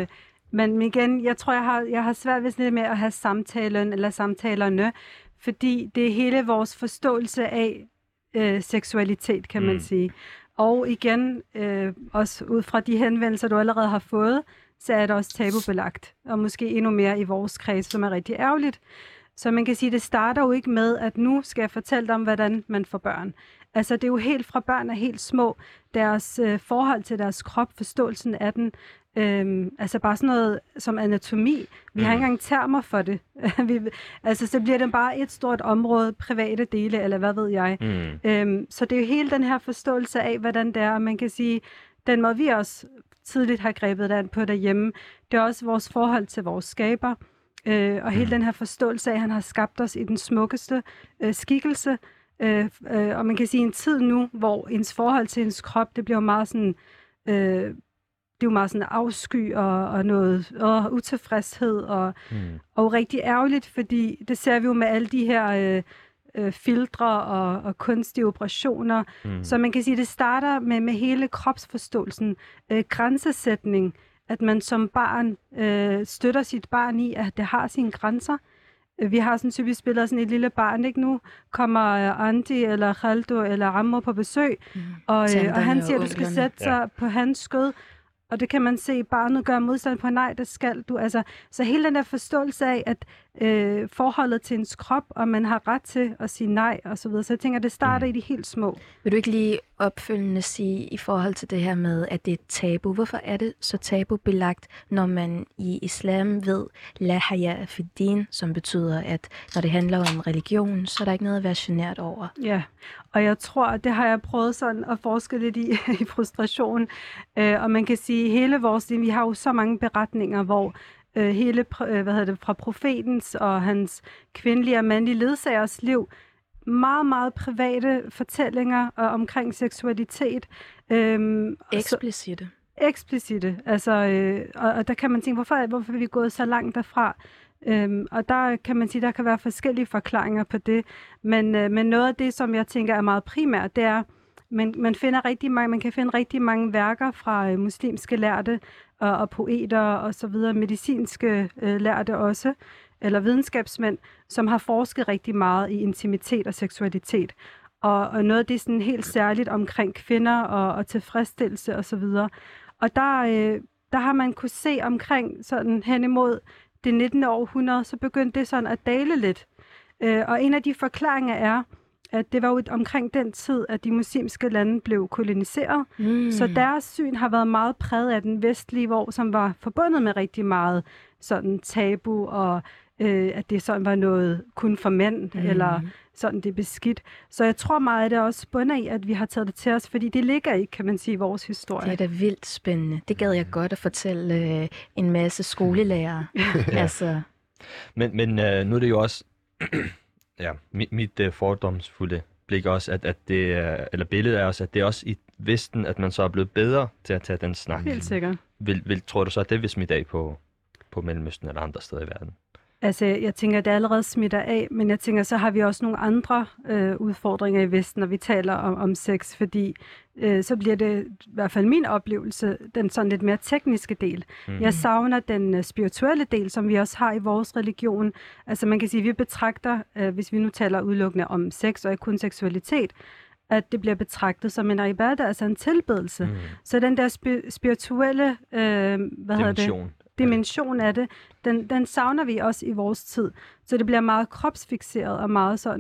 Men igen, jeg tror, jeg har svært ved sådan lidt med at have samtalen eller samtalerne, fordi det er hele vores forståelse af seksualitet, kan man sige. Og igen, også ud fra de henvendelser, du allerede har fået, så er det også tabubelagt, og måske endnu mere i vores kreds, som er rigtig ærgerligt. Så man kan sige, det starter jo ikke med, at nu skal jeg fortælle dig om, hvordan man får børn. Altså det er jo helt fra børn er helt små, deres forhold til deres krop, forståelsen af den, altså bare sådan noget som anatomi. Vi har ikke engang termer for det. Altså så bliver det bare et stort område, private dele, eller hvad ved jeg. Så det er jo hele den her forståelse af, hvordan det er, og man kan sige, den måde vi også tidligt har grebet den på derhjemme, det er også vores forhold til vores skaber, og hele den her forståelse af, at han har skabt os i den smukkeste skikkelse. Og man kan sige en tid nu, hvor ens forhold til ens krop, det bliver meget sådan, det er jo meget sådan afsky og noget utilfredshed og rigtig ærgerligt, fordi det ser vi jo med alle de her filtre og kunstige operationer. Så man kan sige, det starter med hele kropsforståelsen, grænsesætning, at man som barn støtter sit barn i, at det har sine grænser. Vi har sådan typisk billeder sådan et lille barn, ikke? Nu kommer Andi eller Khaldo eller Ammo på besøg, og han siger, at du skal sætte sig på hans skød, og det kan man se, barnet gør modstand på, nej, det skal du. Altså, så hele den der forståelse af, at forholdet til ens krop, og man har ret til at sige nej, og så videre. Så jeg tænker, det starter i de helt små. Vil du ikke lige opfølgende sige i forhold til det her med, at det er tabu? Hvorfor er det så tabubelagt, når man i islam ved la haya fi din, som betyder, at når det handler om religion, så er der ikke noget at være genert over? Ja, og jeg tror, at det har jeg prøvet sådan at forske lidt i frustration. Og man kan sige, hele vores liv, vi har jo så mange beretninger, hvor hele fra profetens og hans kvindelige og mandlige ledsagers liv, meget, meget private fortællinger omkring seksualitet. Eksplicite. Altså, og der kan man tænke, hvorfor er vi gået så langt derfra? Og der kan man sige, der kan være forskellige forklaringer på det. Men noget af det, som jeg tænker er meget primært, det er, man kan finde rigtig mange værker fra muslimske lærte og poeter og så videre, medicinske lærte også, eller videnskabsmænd, som har forsket rigtig meget i intimitet og seksualitet. Og noget af det er sådan helt særligt omkring kvinder og tilfredsstillelse og så videre. Og der har man kunne se omkring sådan hen imod det 19. århundrede, så begyndte det sådan at dale lidt. Og en af de forklaringer er, at det var jo omkring den tid, at de muslimske lande blev koloniseret. Så deres syn har været meget præget af den vestlige, som var forbundet med rigtig meget sådan tabu, og at det sådan var noget kun for mænd, eller sådan det er beskidt. Så jeg tror meget, at det også bunder i, at vi har taget det til os, fordi det ligger ikke, kan man sige, i vores historie. Det er da vildt spændende. Det gad jeg godt at fortælle en masse skolelærere. Altså. Men nu er det jo også ja, mit fordomsfulde blik også, at det er, eller billede er også, at det er også i Vesten, at man så er blevet bedre til at tage den snak. Helt sikkert. Tror du så, at det vil smitte af på Mellemøsten eller andre steder i verden? Altså, jeg tænker, at det allerede smitter af, men jeg tænker, så har vi også nogle andre udfordringer i Vesten, når vi taler om sex, fordi så bliver det, i hvert fald min oplevelse, den sådan lidt mere tekniske del. Jeg savner den spirituelle del, som vi også har i vores religion. Altså, man kan sige, at vi betragter, hvis vi nu taler udelukkende om sex og ikke kun seksualitet, at det bliver betragtet som en ibadah, altså en tilbedelse. Så den der spirituelle, dimension af det, den savner vi også i vores tid. Så det bliver meget kropsfikseret og meget sådan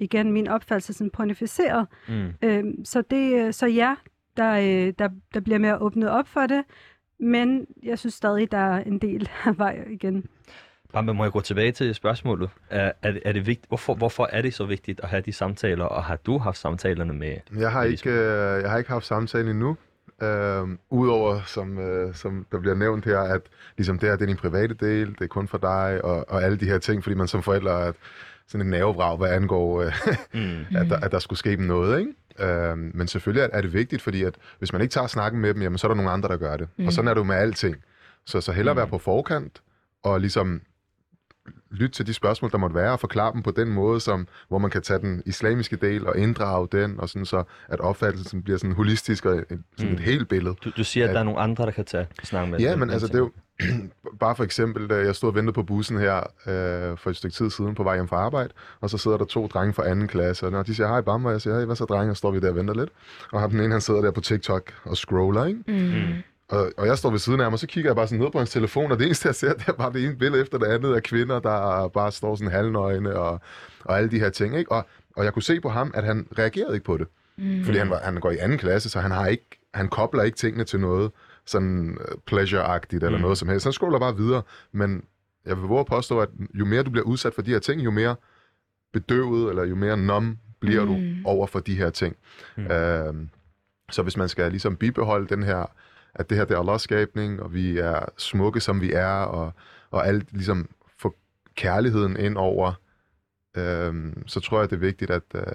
igen min opfattelse sådan pontificeret. Så ja, der bliver mere åbnet op for det, men jeg synes stadig, der er en del af vej igen. Bambe, må jeg gå tilbage til spørgsmålet? Er det vigtigt? Hvorfor er det så vigtigt at have de samtaler, og har du haft samtalerne med? Jeg har ikke haft samtalen endnu. Udover, som der bliver nævnt her, at ligesom det her, det er din private del, det er kun for dig, og alle de her ting, fordi man som forældre er sådan en nervevrag, hvad angår, at der skulle ske dem noget, ikke? Men selvfølgelig er det vigtigt, fordi at hvis man ikke tager snakken med dem, jamen, så er der nogle andre, der gør det. Og sådan er det jo med alting. Så hellere være på forkant, og ligesom lytte til de spørgsmål, der måtte være, og forklare dem på den måde, hvor man kan tage den islamiske del og inddrage den, og sådan så, at opfattelsen bliver sådan holistisk og sådan et helt billede. Du siger, at der er nogle andre, der kan tage snakken med. Ja, men altså det er jo bare for eksempel, da jeg stod og ventede på bussen her for et stykke tid siden på vej hjem fra arbejde, og så sidder der 2 drenge fra 2. klasse, og når de siger hej Bambe, og jeg siger, hey, hvad så drenge, og står vi der og venter lidt, og den ene, han sidder der på TikTok og scroller, ikke? Og jeg står ved siden af ham, og så kigger jeg bare sådan ned på hans telefon, og det eneste, jeg ser, det er bare det ene billede efter det andet af kvinder, der bare står sådan halvnøgne og alle de her ting, ikke? Og jeg kunne se på ham, at han reagerede ikke på det. Fordi han går i 2. klasse, så han kobler ikke tingene til noget sådan pleasure-agtigt eller noget som helst. Han scroller bare videre, men jeg vil våge at påstå, at jo mere du bliver udsat for de her ting, jo mere bedøvet, eller jo mere numb bliver du over for de her ting. Så hvis man skal ligesom bibeholde den her, at det her det er Allahs skabning, og vi er smukke, som vi er, og alt ligesom få kærligheden ind over, så tror jeg, det er vigtigt,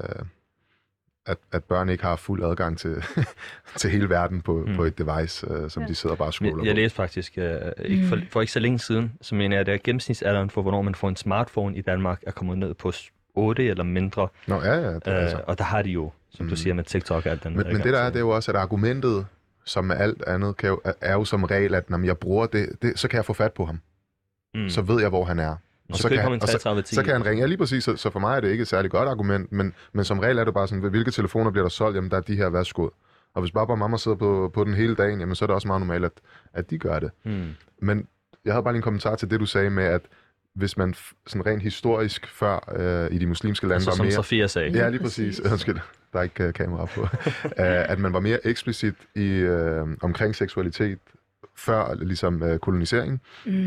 at børn ikke har fuld adgang til, til hele verden på et device, som de sidder bare og scroller på. Jeg læste faktisk, for ikke så længe siden, så mener jeg, at gennemsnitsalderen for, hvornår man får en smartphone i Danmark, er kommet ned på 8 eller mindre. Nå, ja. Og der har de jo, som du siger, med TikTok og alt den. Men det der er, det er jo også, at argumentet, som med alt andet, er jo som regel, at når jeg bruger det, så kan jeg få fat på ham. Så ved jeg, hvor han er. Og så kan han ringe. Ja, lige præcis. Så for mig er det ikke et særligt godt argument, men som regel er det bare sådan, hvilke telefoner bliver der solgt? Jamen, der er de her, værsgo. Og hvis bare mamma sidder på den hele dagen, jamen, så er det også meget normalt, at de gør det. Men jeg havde bare lige en kommentar til det, du sagde med, at hvis man sådan rent historisk før i de muslimske lande altså, var som mere... Som Sofia sagde. Ja, lige præcis. Undskyld, der er ikke kamera på. At man var mere eksplicit omkring seksualitet før ligesom koloniseringen.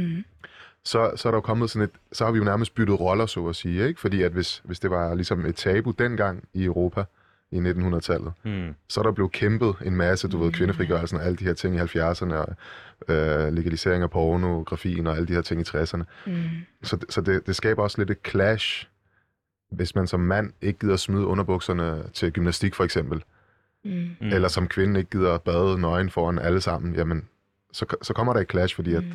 Så er der jo kommet sådan så har vi jo nærmest byttet roller, så at sige, ikke? Fordi at hvis det var ligesom et tabu dengang i Europa i 1900-tallet, så er der blevet kæmpet en masse, du ved, kvindefrigørelsen og alle de her ting i 70'erne, og legalisering af pornografien og alle de her ting i 60'erne. Så det skaber også lidt et clash, hvis man som mand ikke gider smide underbukserne til gymnastik for eksempel, eller som kvinde ikke gider bade nøgen foran alle sammen, jamen, så kommer der et clash, fordi at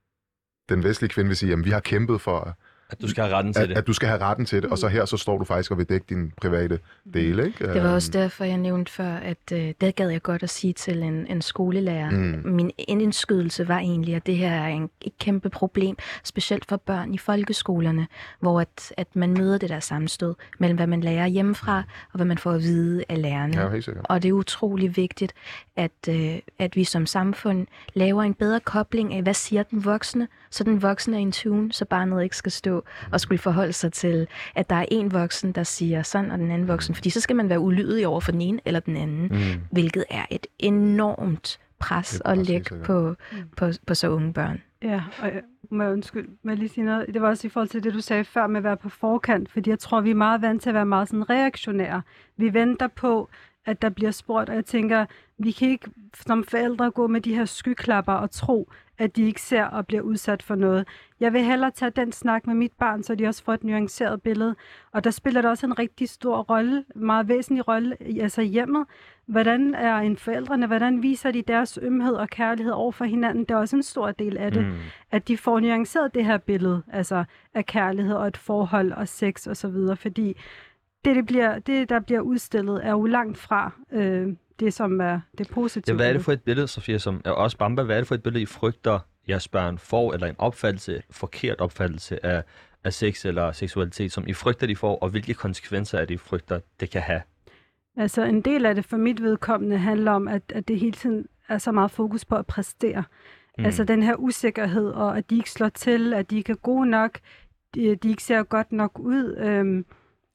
den vestlige kvinde vil sige, jamen vi har kæmpet for, at du skal have retten til det. At du skal have retten til det, og så her så står du faktisk og vil dække din private dele, ikke? Det var også derfor, jeg nævnte før, at det gad jeg godt at sige til en skolelærer. Min indskydelse var egentlig, at det her er et kæmpe problem, specielt for børn i folkeskolerne, hvor at man møder det der sammenstød mellem, hvad man lærer hjemmefra, og hvad man får at vide af lærerne. Ja, helt sikkert. Og det er utrolig vigtigt, at vi som samfund laver en bedre kobling af, hvad siger den voksne, så den voksne er in tune, så barnet ikke skal stå og skulle forholde sig til, at der er en voksen, der siger sådan, og den anden voksen. Fordi så skal man være ulydig over for den ene eller den anden, hvilket er et enormt pres at lægge på så unge børn. Ja, og må jeg lige sige noget? Det var også i forhold til det, du sagde før med at være på forkant, fordi jeg tror, vi er meget vant til at være meget sådan reaktionære. Vi venter på, at der bliver spurgt, og jeg tænker, vi kan ikke som forældre gå med de her skyklapper og tro, at de ikke ser og bliver udsat for noget. Jeg vil hellere tage den snak med mit barn, så de også får et nuanceret billede. Og der spiller det også en rigtig stor rolle, meget væsentlig rolle, altså hjemmet. Hvordan er forældrene, hvordan viser de deres ømhed og kærlighed over for hinanden? Det er også en stor del af det, at de får nuanceret det her billede, altså af kærlighed og et forhold og sex og så videre, fordi det, der bliver udstillet, er jo langt fra det, som er det positive. Ja, hvad er det for et billede, Sofia, som er også Bambe? Hvad er det for et billede, I frygter, jeres børn får, eller en forkert opfattelse af sex eller seksualitet, som I frygter, de får, og hvilke konsekvenser er det, I frygter, det kan have? Altså, en del af det for mit vedkommende handler om, at det hele tiden er så meget fokus på at præstere. Altså, den her usikkerhed, og at de ikke slår til, at de ikke er gode nok, de ikke ser godt nok ud.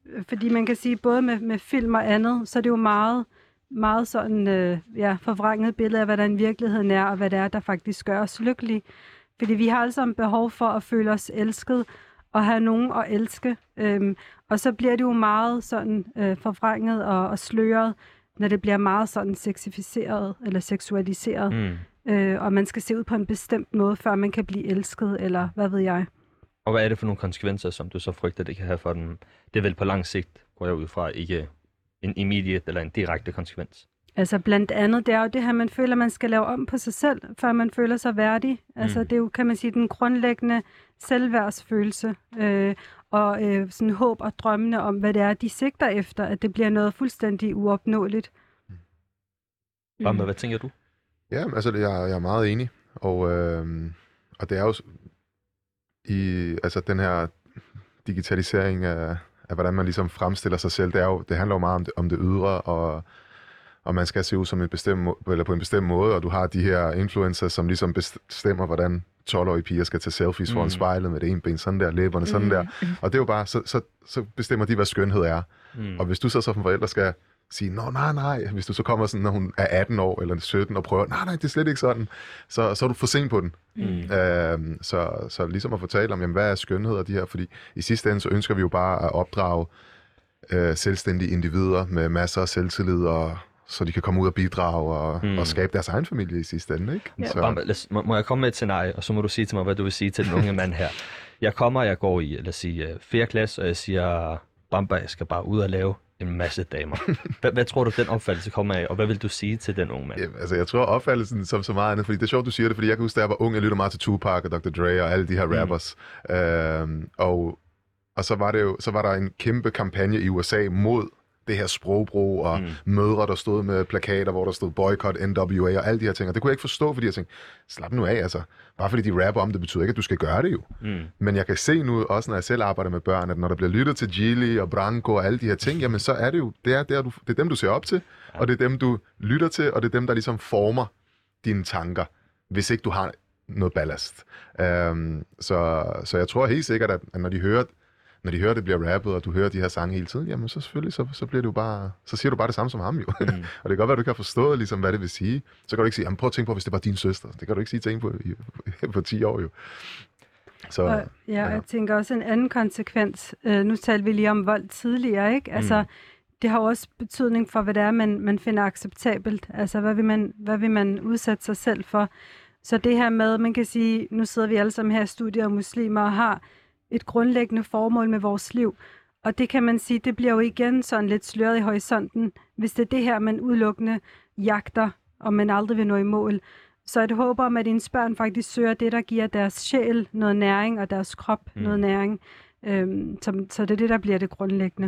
fordi man kan sige, både med film og andet, så er det jo meget sådan, forvrænget billede af, hvordan virkeligheden er, og hvad det er, der faktisk gør os lykkelige. Fordi vi har alle sammen behov for at føle os elsket, og have nogen at elske. Og så bliver det jo meget sådan forvrænget og sløret, når det bliver meget sådan sexificeret eller seksualiseret. Og man skal se ud på en bestemt måde, før man kan blive elsket, eller hvad ved jeg. Og hvad er det for nogle konsekvenser, som du så frygter, det kan have for dem? Det er vel på lang sigt, går jeg ud fra, ikke en immediate eller en direkte konsekvens. Altså blandt andet, det er jo det her, man føler, man skal lave om på sig selv, før man føler sig værdig. Altså det er jo, kan man sige, den grundlæggende selvværdsfølelse og sådan håb og drømmene om, hvad det er, de sigter efter, at det bliver noget fuldstændig uopnåeligt. Bamba, hvad tænker du? Ja, altså jeg er meget enig, og det er jo altså den her digitalisering af hvordan man ligesom fremstiller sig selv, det handler jo meget om det ydre, og man skal se ud som på en bestemt måde, og du har de her influencers, som ligesom bestemmer, hvordan 12-årige piger skal tage selfies foran spejlet med det ene ben, sådan der, læberne sådan der, og det er jo bare, så bestemmer de, hvad skønhed er. Og hvis du så som forældre skal sige, nej, hvis du så kommer sådan, når hun er 18 år eller 17 og prøver, nej, det er slet ikke sådan, så er du for sent på den. Så ligesom at fortælle om, jamen, hvad er skønhed af de her, fordi i sidste ende, så ønsker vi jo bare at opdrage selvstændige individer med masser af selvtillid, og så de kan komme ud og bidrage og skabe deres egen familie i sidste ende, ikke? Ja. Bamba, må jeg komme med et scenarie, og så må du sige til mig, hvad du vil sige til den unge mand her. Jeg går i, lad os sige, 4. klasse, og jeg siger, Bamba, jeg skal bare ud og lave en masse damer. Hvad tror du, den opfattelse kommer af, og hvad vil du sige til den unge mand? Ja, altså, jeg tror opfattelsen som så meget andet, fordi det er sjovt, du siger det, fordi jeg kan huske, da jeg var ung, jeg lyttede meget til Tupac og Dr. Dre og alle de her rappers. Og så var der en kæmpe kampagne i USA mod det her sprogbrug og mødre, der stod med plakater, hvor der stod boycott, NWA og alle de her ting. Og det kunne jeg ikke forstå, fordi jeg tænkte, slap nu af, altså. Bare fordi de rapper om det, betyder ikke, at du skal gøre det jo. Men jeg kan se nu, også når jeg selv arbejder med børn, at når der bliver lyttet til Gilly og Branko og alle de her ting, jamen så er det jo, det er dem, du ser op til, og det er dem, du lytter til, og det er dem, der ligesom former dine tanker, hvis ikke du har noget ballast. Så jeg tror helt sikkert, at når de hører, det bliver rappet, og du hører de her sange hele tiden, jamen så selvfølgelig, så bliver det jo bare, så siger du bare det samme som ham jo. Og det kan godt være, at du ikke har forstået, ligesom, hvad det vil sige. Så kan du ikke sige, jamen prøv at tænke på, hvis det var din søster. Det kan du ikke sige til en på 10 år jo. Så, jeg tænker også en anden konsekvens. Nu talte vi lige om vold tidligere, ikke? Altså, det har også betydning for, hvad det er, man finder acceptabelt. Altså, hvad vil man udsætte sig selv for? Så det her med, man kan sige, nu sidder vi alle sammen her i studiet og muslimer og har et grundlæggende formål med vores liv. Og det kan man sige, det bliver jo igen sådan lidt sløret i horisonten, hvis det er det her, man udelukkende jagter, og man aldrig vil nå i mål. Så et håb om, at ens børn faktisk søger det, der giver deres sjæl noget næring, og deres krop noget næring. Så det er det, der bliver det grundlæggende.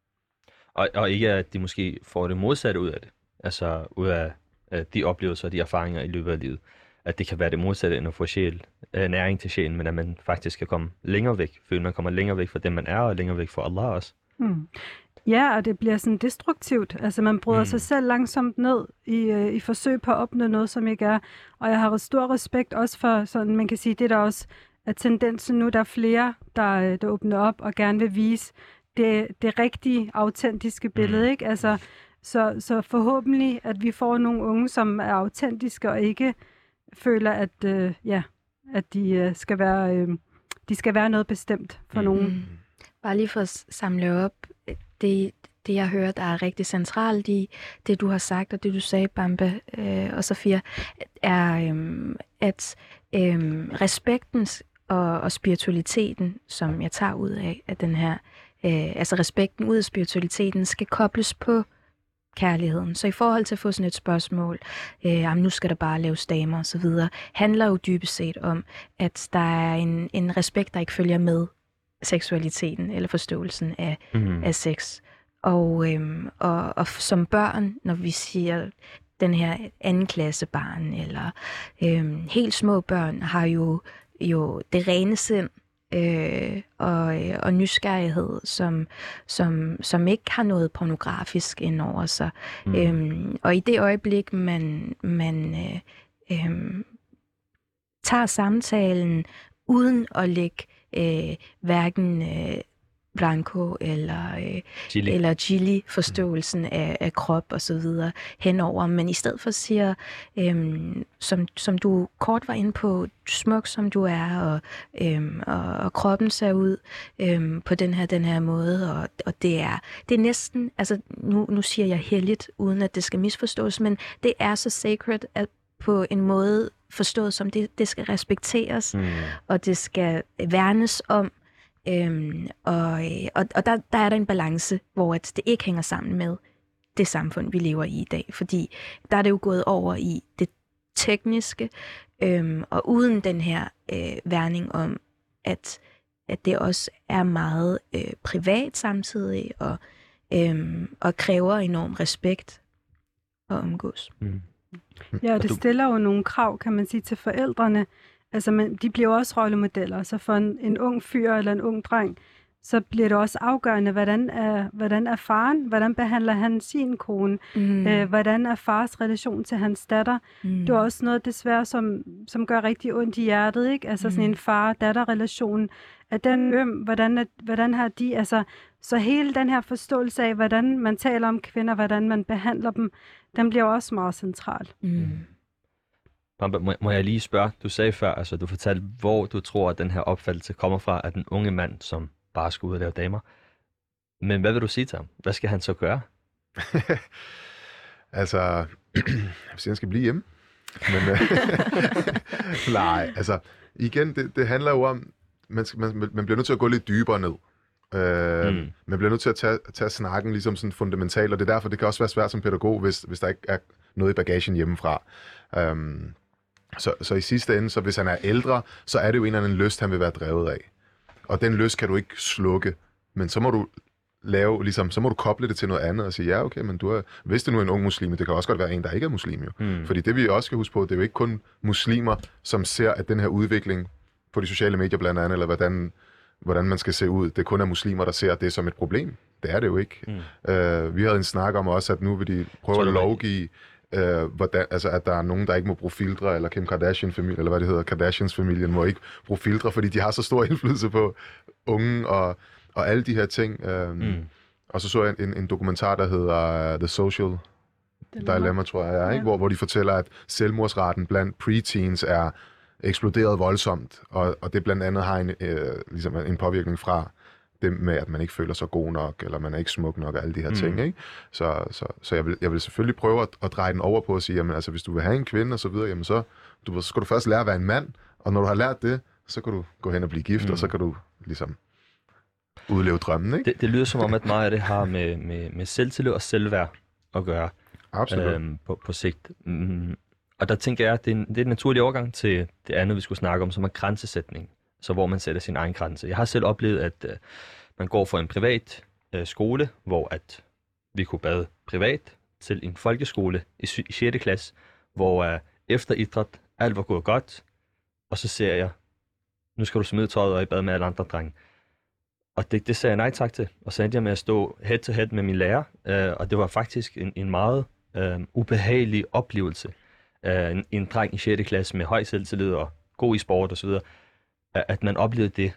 Og ikke, at de måske får det modsatte ud af det. Altså ud af de oplevelser og de erfaringer i løbet af livet. At det kan være det modsatte end at få næring til sjælen, men at man faktisk kan komme længere væk. Føler man kommer længere væk fra det, man er, og længere væk fra Allah også. Ja, og det bliver sådan destruktivt. Altså man bryder sig selv langsomt ned i forsøg på at opnå noget, som ikke er. Og jeg har stor respekt også for sådan, man kan sige, det der også er tendensen nu, der er flere, der åbner op og gerne vil vise det rigtige, autentiske billede, ikke? Altså, så forhåbentlig, at vi får nogle unge, som er autentiske og ikke føler, at de skal være noget bestemt for nogen. Bare lige for at samle op, det jeg hører, der er rigtig centralt i det, du har sagt, og det du sagde, Bamba og Safia, er, at respekten og spiritualiteten, som jeg tager ud af den her, altså respekten ud af spiritualiteten, skal kobles på kærligheden. Så i forhold til at få sådan et spørgsmål, nu skal der bare laves damer og så videre, handler jo dybest set om, at der er en respekt, der ikke følger med seksualiteten eller forståelsen af sex. Og som børn, når vi siger den her anden klasse barn, eller helt små børn, har jo det rene sind, og nysgerrighed, som ikke har noget pornografisk ind over sig. Og i det øjeblik, man tager samtalen uden at lægge blanco eller chili-forståelsen af krop og så videre henover. Men i stedet for siger, som du kort var inde på, smuk som du er, og kroppen ser ud på den her måde, og det er næsten, altså nu siger jeg helligt, uden at det skal misforstås, men det er så sacred, at på en måde forstået som det skal respekteres, og det skal værnes om, og der er der en balance, hvor at det ikke hænger sammen med det samfund, vi lever i dag, fordi der er det jo gået over i det tekniske, og uden den her værning om, at det også er meget privat samtidig, og kræver enorm respekt at omgås. Ja, det stiller jo nogle krav, kan man sige, til forældrene. Altså, de bliver jo også rollemodeller. Så for en ung fyr eller en ung dreng, så bliver det også afgørende, hvordan er faren? Hvordan behandler han sin kone? Hvordan er fars relation til hans datter? Det er også noget desværre, som gør rigtig ondt i hjertet, ikke? Altså sådan en far-datter-relation. Er den øm? Hvordan har de... Altså, så hele den her forståelse af, hvordan man taler om kvinder, hvordan man behandler dem, den bliver også meget central. Må jeg lige spørge, du sagde før, altså du fortalte, hvor du tror, at den her opfattelse kommer fra af den unge mand, som bare skal ud og lave damer. Men hvad vil du sige til ham? Hvad skal han så gøre? Altså, jeg vil sige, han skal blive hjemme. Men, nej, altså, igen, det handler jo om, man bliver nødt til at gå lidt dybere ned. Man bliver nødt til at tage snakken ligesom sådan fundamentalt, og det er derfor, det kan også være svært som pædagog, hvis der ikke er noget i bagagen hjemmefra. Så i sidste ende, så hvis han er ældre, så er det jo en eller anden lyst, han vil være drevet af. Og den lyst kan du ikke slukke, men så må du så må du koble det til noget andet og sige, ja, okay, men hvis det nu er en ung muslim, det kan også godt være en, der ikke er muslim jo. Fordi det vi også skal huske på, det er jo ikke kun muslimer, som ser, at den her udvikling på de sociale medier blandt andet, eller hvordan man skal se ud, det kun er muslimer, der ser det som et problem. Det er det jo ikke. Vi havde en snak om også, at nu vil de prøve at lovgive, at der er nogen, der ikke må bruge filtre, eller Kim Kardashian-familien, eller hvad det hedder, Kardashians-familien må ikke bruge filtre, fordi de har så stor indflydelse på unge og alle de her ting. Og så jeg en dokumentar, der hedder The Social Dilemma, tror jeg, ikke? Hvor de fortæller, at selvmordsraten blandt preteens er eksploderet voldsomt, og det blandt andet har ligesom en påvirkning fra det med, at man ikke føler sig god nok, eller man er ikke smuk nok, og alle de her ting, ikke? Så jeg vil selvfølgelig prøve at dreje den over på at sige, jamen altså, hvis du vil have en kvinde og så videre, jamen så skal du først lære at være en mand, og når du har lært det, så kan du gå hen og blive gift, og så kan du ligesom udleve drømmen, ikke? Det lyder som om, at meget af det har med selvtillid og selvværd at gøre. Absolut. På sigt. Og der tænker jeg, at det er en naturlig overgang til det andet, vi skulle snakke om, som er grænsesætning. Så hvor man sætter sin egen grænse. Jeg har selv oplevet, at man går fra en privat skole, hvor at vi kunne bade privat, til en folkeskole i 6. klasse, hvor efter idræt, alt var gået godt, og så ser jeg, nu skal du smide tøjet og i bad med alle andre drenge. Og det sagde jeg nej tak til, og så endte jeg med at stå head to head med min lærer, og det var faktisk en meget ubehagelig oplevelse. En dreng i 6. klasse med høj selvtillid og god i sport osv., at man oplevede det.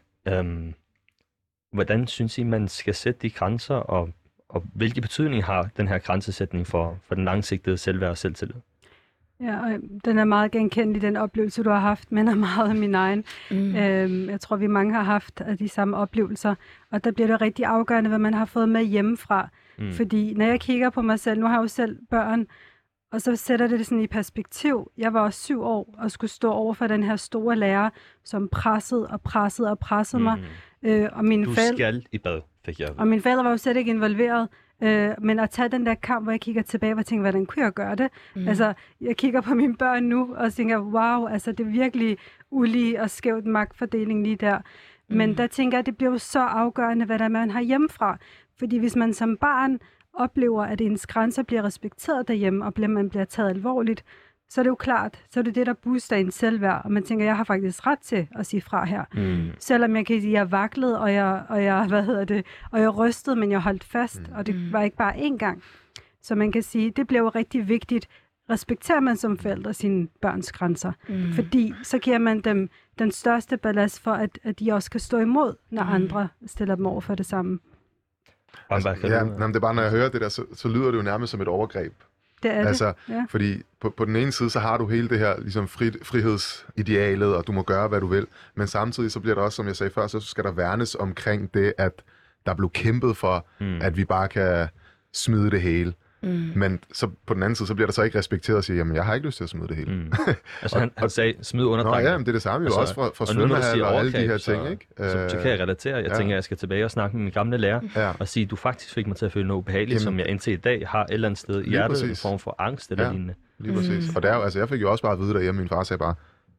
Hvordan synes I, man skal sætte de grænser, og hvilke betydning har den her grænsesætning for den langsigtede selvværd og selvtillid? Ja, og den er meget genkendelig, den oplevelse, du har haft, men er meget af min egen. Jeg tror, vi mange har haft de samme oplevelser, og der bliver det rigtig afgørende, hvad man har fået med hjemmefra. Fordi når jeg kigger på mig selv, nu har jeg jo selv børn, og så sætter det sådan i perspektiv. Jeg var også 7 år og skulle stå over for den her store lærer, som pressede mig. Og mine skal i bad, fik jeg. Og mine forældre var jo slet ikke involveret. Men at tage den der kamp, hvor jeg kigger tilbage og tænker, hvordan kunne jeg gøre det? Altså, jeg kigger på mine børn nu og tænker, wow, altså det er virkelig ulige og skævt magtfordeling lige der. Men der tænker jeg, det bliver jo så afgørende, hvad der man har hjemmefra. Fordi hvis man som barn oplever, at ens grænser bliver respekteret derhjemme, og man bliver taget alvorligt, så er det jo klart, så er det det, der booster ens selvværd, og man tænker, jeg har faktisk ret til at sige fra her. Selvom jeg kan sige, jeg vaklede, og jeg rystede, men jeg holdt fast, og det var ikke bare én gang. Så man kan sige, det bliver jo rigtig vigtigt, respekterer man som forældre sine børns grænser. Fordi så giver man dem den største ballast for, at de også kan stå imod, når andre stiller dem over for det samme. Altså, det er bare, når jeg hører det der, så lyder det jo nærmest som et overgreb. Det er det. Ja. Fordi på den ene side, så har du hele det her ligesom frihedsidealet, og du må gøre, hvad du vil. Men samtidig så bliver der også, som jeg sagde før, så skal der værnes omkring det, at der blev kæmpet for, at vi bare kan smide det hele. Men så på den anden side, så bliver der så ikke respekteret og siger, jamen jeg har ikke lyst til at smide det hele. Altså han sagde, smid underdrejning. Nå ja, men det er det samme jo også fra svømmehal og alle de her ting, ikke? Så kan jeg relatere. Jeg tænker, jeg skal tilbage og snakke med min gamle lærer, og sige, du faktisk fik mig til at føle noget ubehageligt, som jeg indtil i dag har et eller andet sted i hjertet, en form for angst eller lignende. Lige præcis. Og der, altså, jeg fik jo også bare at vide derhjemme, min far sagde bare,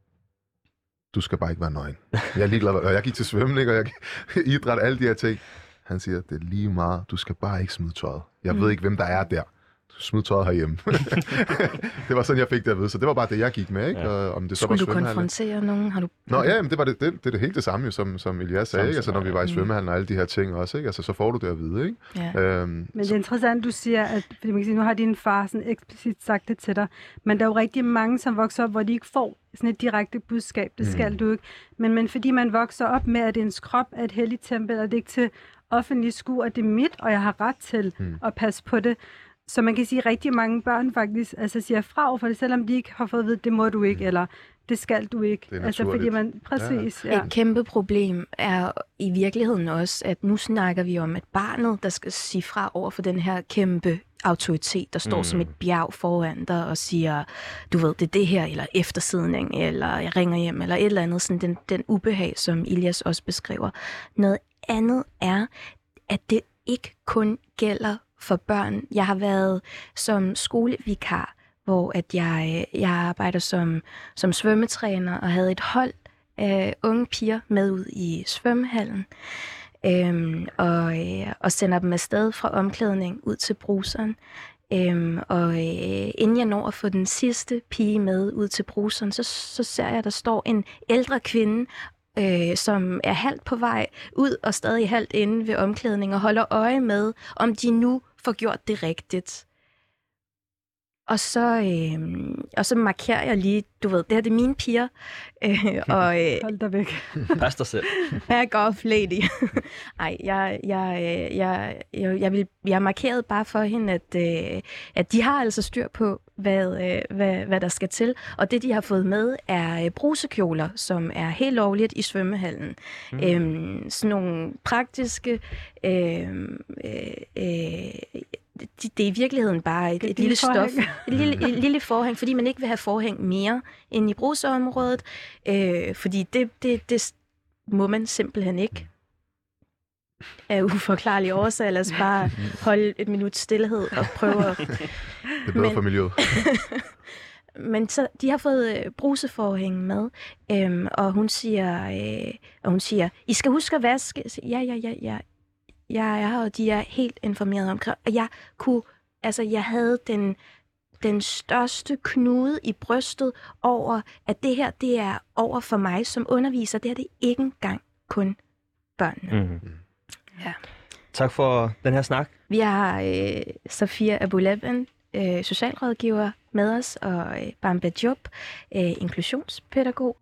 du skal bare ikke være nøgen. Jeg er ligeglad, og jeg gik til svømning, og jeg idræt, alle de her ting. Han siger, det er lige meget, du skal bare ikke smide tøjet. Jeg ved ikke, hvem der er der. Smid tøjet herhjemme. Det var sådan, jeg fik det at vide. Så det var bare det, jeg gik med, ikke? Og om det så skulle var du konfrontere nogen? Har du... Nå ja, men det var det er det helt det samme, som Elias sagde, ikke? Altså når vi var i svømmehallen og alle de her ting også, ikke? Altså så får du det at vide, ikke? Ja. Men det er interessant, du siger, at fordi man kan sige, nu har din far sådan eksplicit sagt det til dig, men der er jo rigtig mange, som vokser op, hvor de ikke får sådan et direkte budskab. Det skal du ikke. Men fordi man vokser op med, at ens krop er et helligt tempel, og det er ikke til offentlig skue, at det er mit, og jeg har ret til at passe på det. Så man kan sige, at rigtig mange børn faktisk siger fra for det, selvom de ikke har fået at vide, det må du ikke, eller det skal du ikke. Det er altså fordi man præcis. Ja. Et kæmpe problem er i virkeligheden også, at nu snakker vi om et barnet, der skal sige fra over for den her kæmpe autoritet, der står som et bjerg foran dig og siger, du ved, det er det her, eller eftersidning, eller jeg ringer hjem, eller et eller andet, sådan den ubehag, som Elias også beskriver. Noget andet er, at det ikke kun gælder for børn. Jeg har været som skolevikar, hvor at jeg arbejder som svømmetræner og havde et hold af unge piger med ud i svømmehallen og sender dem afsted fra omklædning ud til bruseren. Inden jeg når at få den sidste pige med ud til bruseren, så ser jeg, at der står en ældre kvinde, som er halvt på vej ud og stadig halvt inde ved omklædning og holder øje med, om de nu får gjort det rigtigt. Og så markerer jeg lige, du ved, det her det er mine piger. Hold dig væk. Pas dig selv. Back off, lady. Ej, jeg markerede bare for hende, at de har altså styr på, hvad der skal til. Og det, de har fået med, er brusekjoler, som er helt lovligt i svømmehallen. Sådan nogle praktiske... Det er i virkeligheden bare et lille stof, et lille forhæng, fordi man ikke vil have forhæng mere end i brugsområdet, fordi det må man simpelthen ikke af uforklarlige årsager. Lad os bare holde et minut stillhed og prøve at... Det er bedre for miljøet. Men så, de har fået bruseforhæng med, og hun siger, I skal huske at vaske. Ja. Jeg er her, og de er helt informeret omkring. Og jeg havde den største knude i brystet over, at det her, det er over for mig som underviser. Det her, det er ikke engang kun børnene. Ja. Tak for den her snak. Vi har Safia Abuleben, socialrådgiver med os, og Bamba Diop, inklusionspædagog.